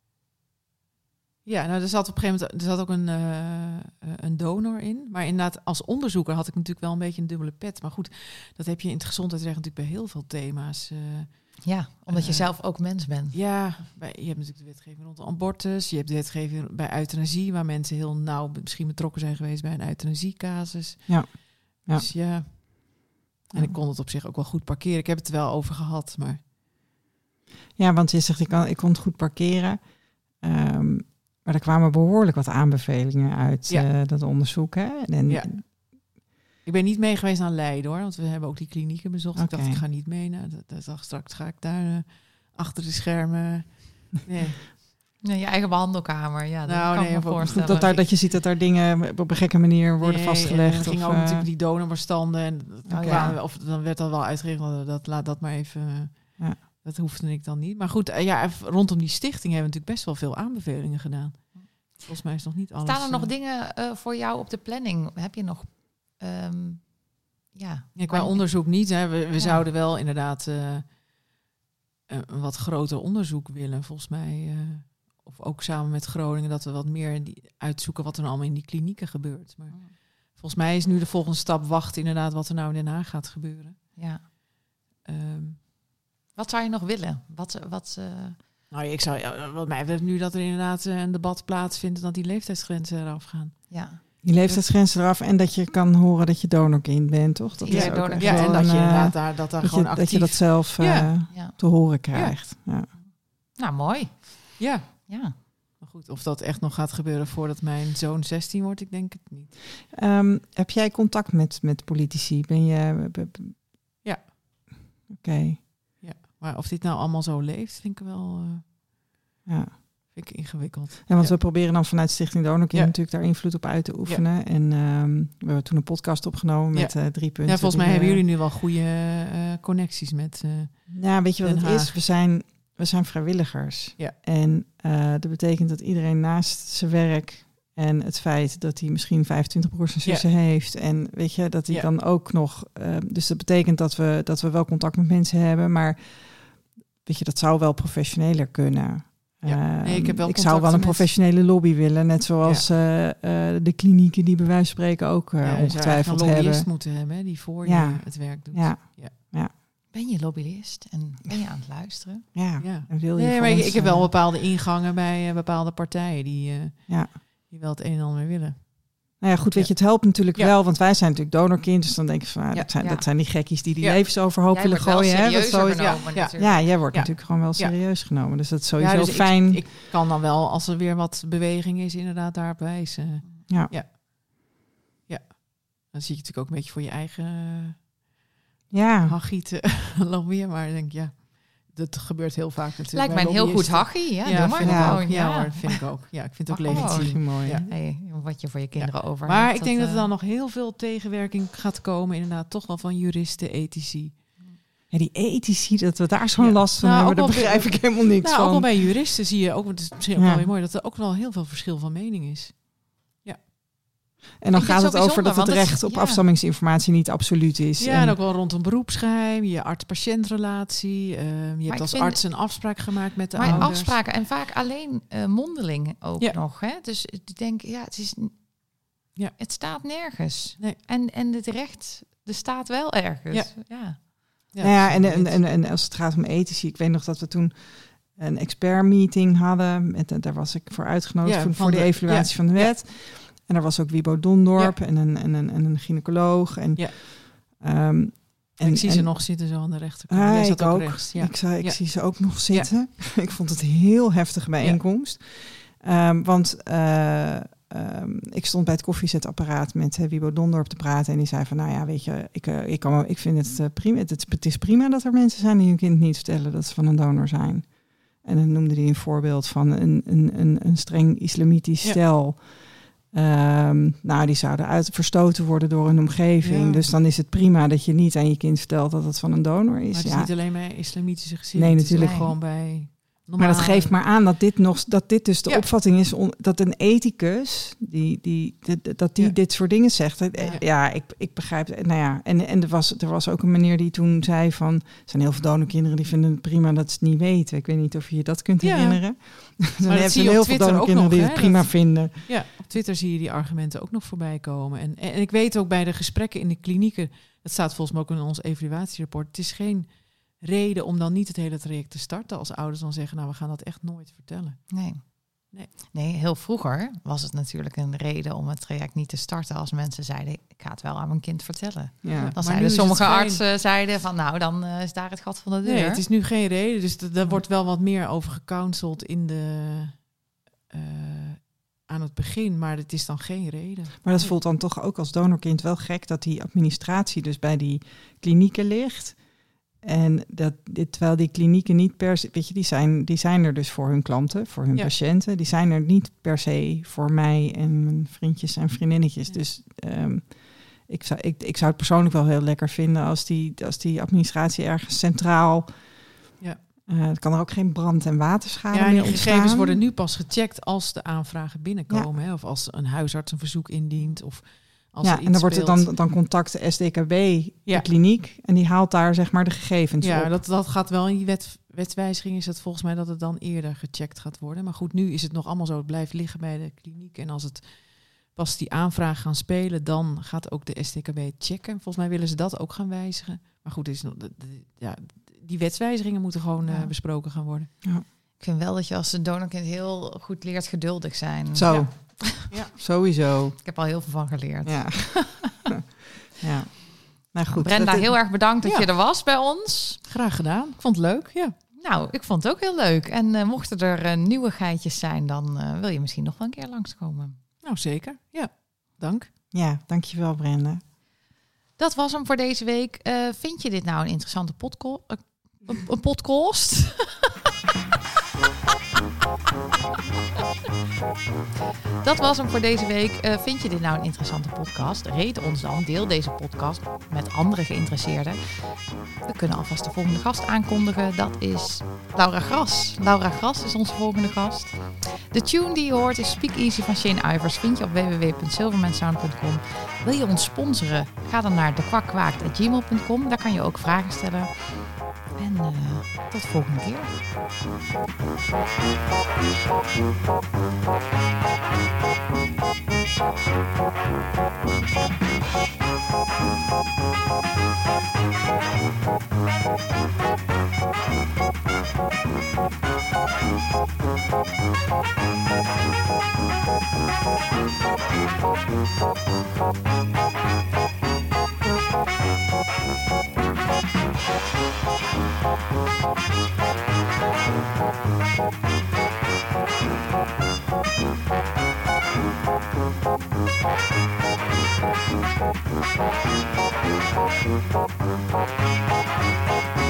Ja, nou, er zat op een gegeven moment er zat ook een, uh, een donor in. Maar inderdaad, als onderzoeker had ik natuurlijk wel een beetje een dubbele pet. Maar goed, dat heb je in het gezondheidsrecht natuurlijk bij heel veel thema's. Uh, Ja, omdat je uh, zelf ook mens bent. Ja, bij, je hebt natuurlijk de wetgeving rond de abortus. Je hebt de wetgeving bij euthanasie, waar mensen heel nauw misschien betrokken zijn geweest bij een euthanasiecasus. Ja. Ja. Dus ja. En ik kon het op zich ook wel goed parkeren. Ik heb het er wel over gehad, maar... Ja, want je zegt, ik kon, ik kon het goed parkeren. Um, maar er kwamen behoorlijk wat aanbevelingen uit ja. uh, dat onderzoek. Hè? En, ja. Ik ben niet mee geweest naar Leiden, hoor. Want we hebben ook die klinieken bezocht. Okay. Ik dacht, ik ga niet mee. Nou, dat, dat dacht, straks ga ik daar uh, achter de schermen... Nee. Nee, je eigen behandelkamer, ja, dat nou, kan nee, ik me voorstellen. Dat, daar, dat je ziet dat daar dingen op een gekke manier worden nee, vastgelegd. Er gingen of, ook uh... natuurlijk die donorbestanden. En oh, kwamen, ja. Of dan werd dat wel uitgeregeld. Dat laat dat maar even... Ja. Dat hoefde ik dan niet. Maar goed, ja, rondom die stichting hebben we natuurlijk best wel veel aanbevelingen gedaan. Volgens mij is nog niet alles... Staan er nog uh... dingen uh, voor jou op de planning? Heb je nog... Um, ja, ja, qua onderzoek niet. Hè. We, we ja. zouden wel inderdaad uh, een wat groter onderzoek willen, volgens mij. Uh, of ook samen met Groningen, dat we wat meer die uitzoeken wat er nou allemaal in die klinieken gebeurt. Maar oh. volgens mij is nu de volgende stap wachten inderdaad wat er nou in Den Haag gaat gebeuren. Ja. Um, wat zou je nog willen? Wat... wat uh... Nou, ik zou, ja, wat mij betreft nu dat er inderdaad uh, een debat plaatsvindt dat die leeftijdsgrenzen eraf gaan. Ja. Die leeftijdsgrenzen eraf en dat je kan horen dat je donorkind bent, toch? Dat ja, is ook donor, ja en dat je inderdaad daar, dat daar dat gewoon je, actief... Dat je dat zelf uh, ja. Ja. te horen krijgt. Ja. Ja. Nou, mooi. Ja. Ja. Maar goed, of dat echt nog gaat gebeuren voordat mijn zoon zestien wordt, ik denk het niet. Um, heb jij contact met, met politici? Ben je... B- b- ja. Oké. Okay. Ja, maar of dit nou allemaal zo leeft, vind ik wel... Uh, ja. Vind ik ingewikkeld. Ja, want ja. we proberen dan vanuit Stichting Donorkind ja. natuurlijk daar invloed op uit te oefenen. Ja. En um, we hebben toen een podcast opgenomen met ja. uh, drie punten. Ja, volgens mij we, hebben jullie nu wel goede uh, connecties met uh, Ja, weet je wat Den het Haag. is? We zijn, we zijn vrijwilligers. Ja. En uh, dat betekent dat iedereen naast zijn werk en het feit dat hij misschien vijfentwintig broers en zussen ja. heeft. En weet je, dat hij ja. dan ook nog... Uh, dus dat betekent dat we, dat we wel contact met mensen hebben. Maar weet je, dat zou wel professioneler kunnen. Ja. Nee, ik heb wel ik zou wel een professionele met... lobby willen. Net zoals ja. uh, uh, de klinieken die bij wijze van spreken ook uh, ja, ongetwijfeld hebben. Een lobbyist moeten hebben hè, die voor ja. je het werk doet. Ja. Ja. Ja. Ben je lobbyist en ben je aan het luisteren? Ja. ja. En wil je nee, maar ons, ik, ik heb wel bepaalde ingangen bij uh, bepaalde partijen die, uh, ja. die wel het een en ander willen. Nou ja, goed, weet je, het helpt natuurlijk ja. wel, want wij zijn natuurlijk donorkind, dus dan denk ik van, ah, ja. dat, zijn, Ja. dat zijn die gekkies die die Ja. levens overhoop Jij willen wordt wel gooien. Hè? Dat serieuzer zo, genomen, ja. natuurlijk. ja, jij wordt Ja. natuurlijk gewoon wel serieus ja. genomen, dus dat is sowieso ja, dus fijn. Ik, ik kan dan wel, als er weer wat beweging is, inderdaad daarop wijzen. Ja. Ja. ja. Dan zie je natuurlijk ook een beetje voor je eigen ja. hagiet lobbyen, maar ik denk, ja... Dat gebeurt heel vaak natuurlijk. Lijkt mij een heel goed hachie. Ja, ja, doe maar vind gewoon. Ik ook. Ja, ja, hoor, vind ik ook. Ja, ik vind het ook oh, legitiem. Mooi. Ja. Hey, wat je voor je kinderen ja. over Maar hebt, ik denk dat, dat er dan nog heel veel tegenwerking gaat komen. Inderdaad, toch wel van juristen, ethici. Ja, die ethici, dat we daar zo'n ja. last van nou, hebben, daar begrijp ik helemaal niks nou, van. Ook al bij juristen zie je ook, het is misschien ook ja. wel weer mooi, dat er ook wel heel veel verschil van mening is. En dan ik gaat het over dat het recht het, op ja. afstammingsinformatie niet absoluut is. Ja, en, en ook wel rond een beroepsgeheim, je arts-patiëntrelatie. Uh, je maar hebt als vind, arts een afspraak gemaakt met de maar ouders. afspraken en vaak alleen uh, mondeling ook ja. nog. Hè? Dus ik denk, ja, het is, ja. het staat nergens. Nee. En, en het recht, er staat wel ergens. Ja. ja. Ja, nou ja, en, en, en, en als het gaat om ethici, ik weet nog dat we toen een expert-meeting hadden. Met, daar was ik voor uitgenodigd ja, voor, voor de, de evaluatie ja. van de wet. Ja. En daar was ook Wibo Dondorp ja. en, een, en, een, en een gynaecoloog. En, ja. um, en, ik zie en, ze nog zitten zo aan de rechterkant. Ah, Jij ik zat ook. ook. Rechts. Ja. Ik, zou, ik ja. zie ze ook nog zitten. Ja. Ik vond het een heel heftige bijeenkomst. Ja. Um, want uh, um, ik stond bij het koffiezetapparaat met uh, Wibo Dondorp te praten. En die zei van, nou ja, weet je, ik, uh, ik, kan, ik vind het uh, prima. Het, het is prima dat er mensen zijn die hun kind niet vertellen dat ze van een donor zijn. En dan noemde hij een voorbeeld van een, een, een, een streng islamitisch ja. stel. Um, nou, die zouden uit verstoten worden door hun omgeving. Ja. Dus dan is het prima dat je niet aan je kind vertelt dat het van een donor is. Maar het is ja. niet alleen bij islamitische gezinnen. Nee, het is natuurlijk. ook gewoon bij normale... Maar dat geeft maar aan dat dit nog dat dit dus de ja. opvatting is on, dat een ethicus die die, die dat die ja. dit soort dingen zegt. Ja, ja ik, ik begrijp het. Nou ja, en en er was er was ook een meneer die toen zei van er zijn heel veel donorkinderen die vinden het prima dat ze het niet weten. Ik weet niet of je je dat kunt ja. herinneren. Maar er zie zijn je heel op veel Twitter ook donorkinderen nog, die hè, het prima dat... vinden. Ja, op Twitter zie je die argumenten ook nog voorbij komen. En, en, en ik weet ook bij de gesprekken in de klinieken, dat staat volgens mij ook in ons evaluatierapport, het is geen reden om dan niet het hele traject te starten als ouders dan zeggen, nou, we gaan dat echt nooit vertellen. Nee. Nee. nee, heel vroeger was het natuurlijk een reden om het traject niet te starten als mensen zeiden, ik ga het wel aan mijn kind vertellen. Ja. Dan Maar zeiden nu sommige is het geen... artsen zeiden van, nou, dan uh, is daar het gat van de deur. Nee, het is nu geen reden. Dus d- daar wordt wel wat meer over gecounseld in de uh, aan het begin, maar het is dan geen reden. Maar dat voelt dan toch ook als donorkind wel gek dat die administratie dus bij die klinieken ligt. En dat dit, terwijl die klinieken niet per se, weet je, die zijn, die zijn er dus voor hun klanten, voor hun ja. patiënten. Die zijn er niet per se voor mij en mijn vriendjes en vriendinnetjes. Ja. Dus um, ik, zou, ik, ik zou het persoonlijk wel heel lekker vinden als die, als die administratie ergens centraal. Ja. Uh, het kan er ook geen brand- en waterschade ja, en meer die ontstaan. gegevens worden nu pas gecheckt als de aanvragen binnenkomen. Ja. Hè? Of als een huisarts een verzoek indient. Of als ja, er iets en dan wordt het speelt. dan, dan contact de S D K B, ja. de kliniek. En die haalt daar zeg maar de gegevens ja, op. dat, dat gaat wel in die wet, wetswijziging is het volgens mij dat het dan eerder gecheckt gaat worden. Maar goed, nu is het nog allemaal zo. Het blijft liggen bij de kliniek. En als het pas die aanvraag gaan spelen, dan gaat ook de S D K B checken. Volgens mij willen ze dat ook gaan wijzigen. Maar goed, is nog, de, de, ja, die wetswijzigingen moeten gewoon ja. uh, besproken gaan worden. Ja. Ik vind wel dat je als een donorkind heel goed leert geduldig zijn. Zo, ja. Ja. Sowieso. Ik heb al heel veel van geleerd. Ja. ja. Nou goed. Brenda, dat heel erg bedankt dat ja. je er was bij ons. Graag gedaan. Ik vond het leuk, ja. Nou, ik vond het ook heel leuk. En uh, mochten er uh, nieuwigheidjes zijn, dan uh, wil je misschien nog wel een keer langskomen. Nou, zeker. Ja, dank. Ja, dankjewel Brenda. Dat was hem voor deze week. Uh, vind je dit nou een interessante podco- uh, een, een podcast? Dat was hem voor deze week. Uh, vind je dit nou een interessante podcast? Rate ons dan. Deel deze podcast met andere geïnteresseerden. We kunnen alvast de volgende gast aankondigen. Dat is Laura Gras. Laura Gras is onze volgende gast. De tune die je hoort is Speak Easy van Shane Ivers. Vind je op w w w punt silvermansound punt com. Wil je ons sponsoren? Ga dan naar dekwakwaakt punt gmail punt com. Daar kan je ook vragen stellen. En uh, tot de volgende keer. Thank you.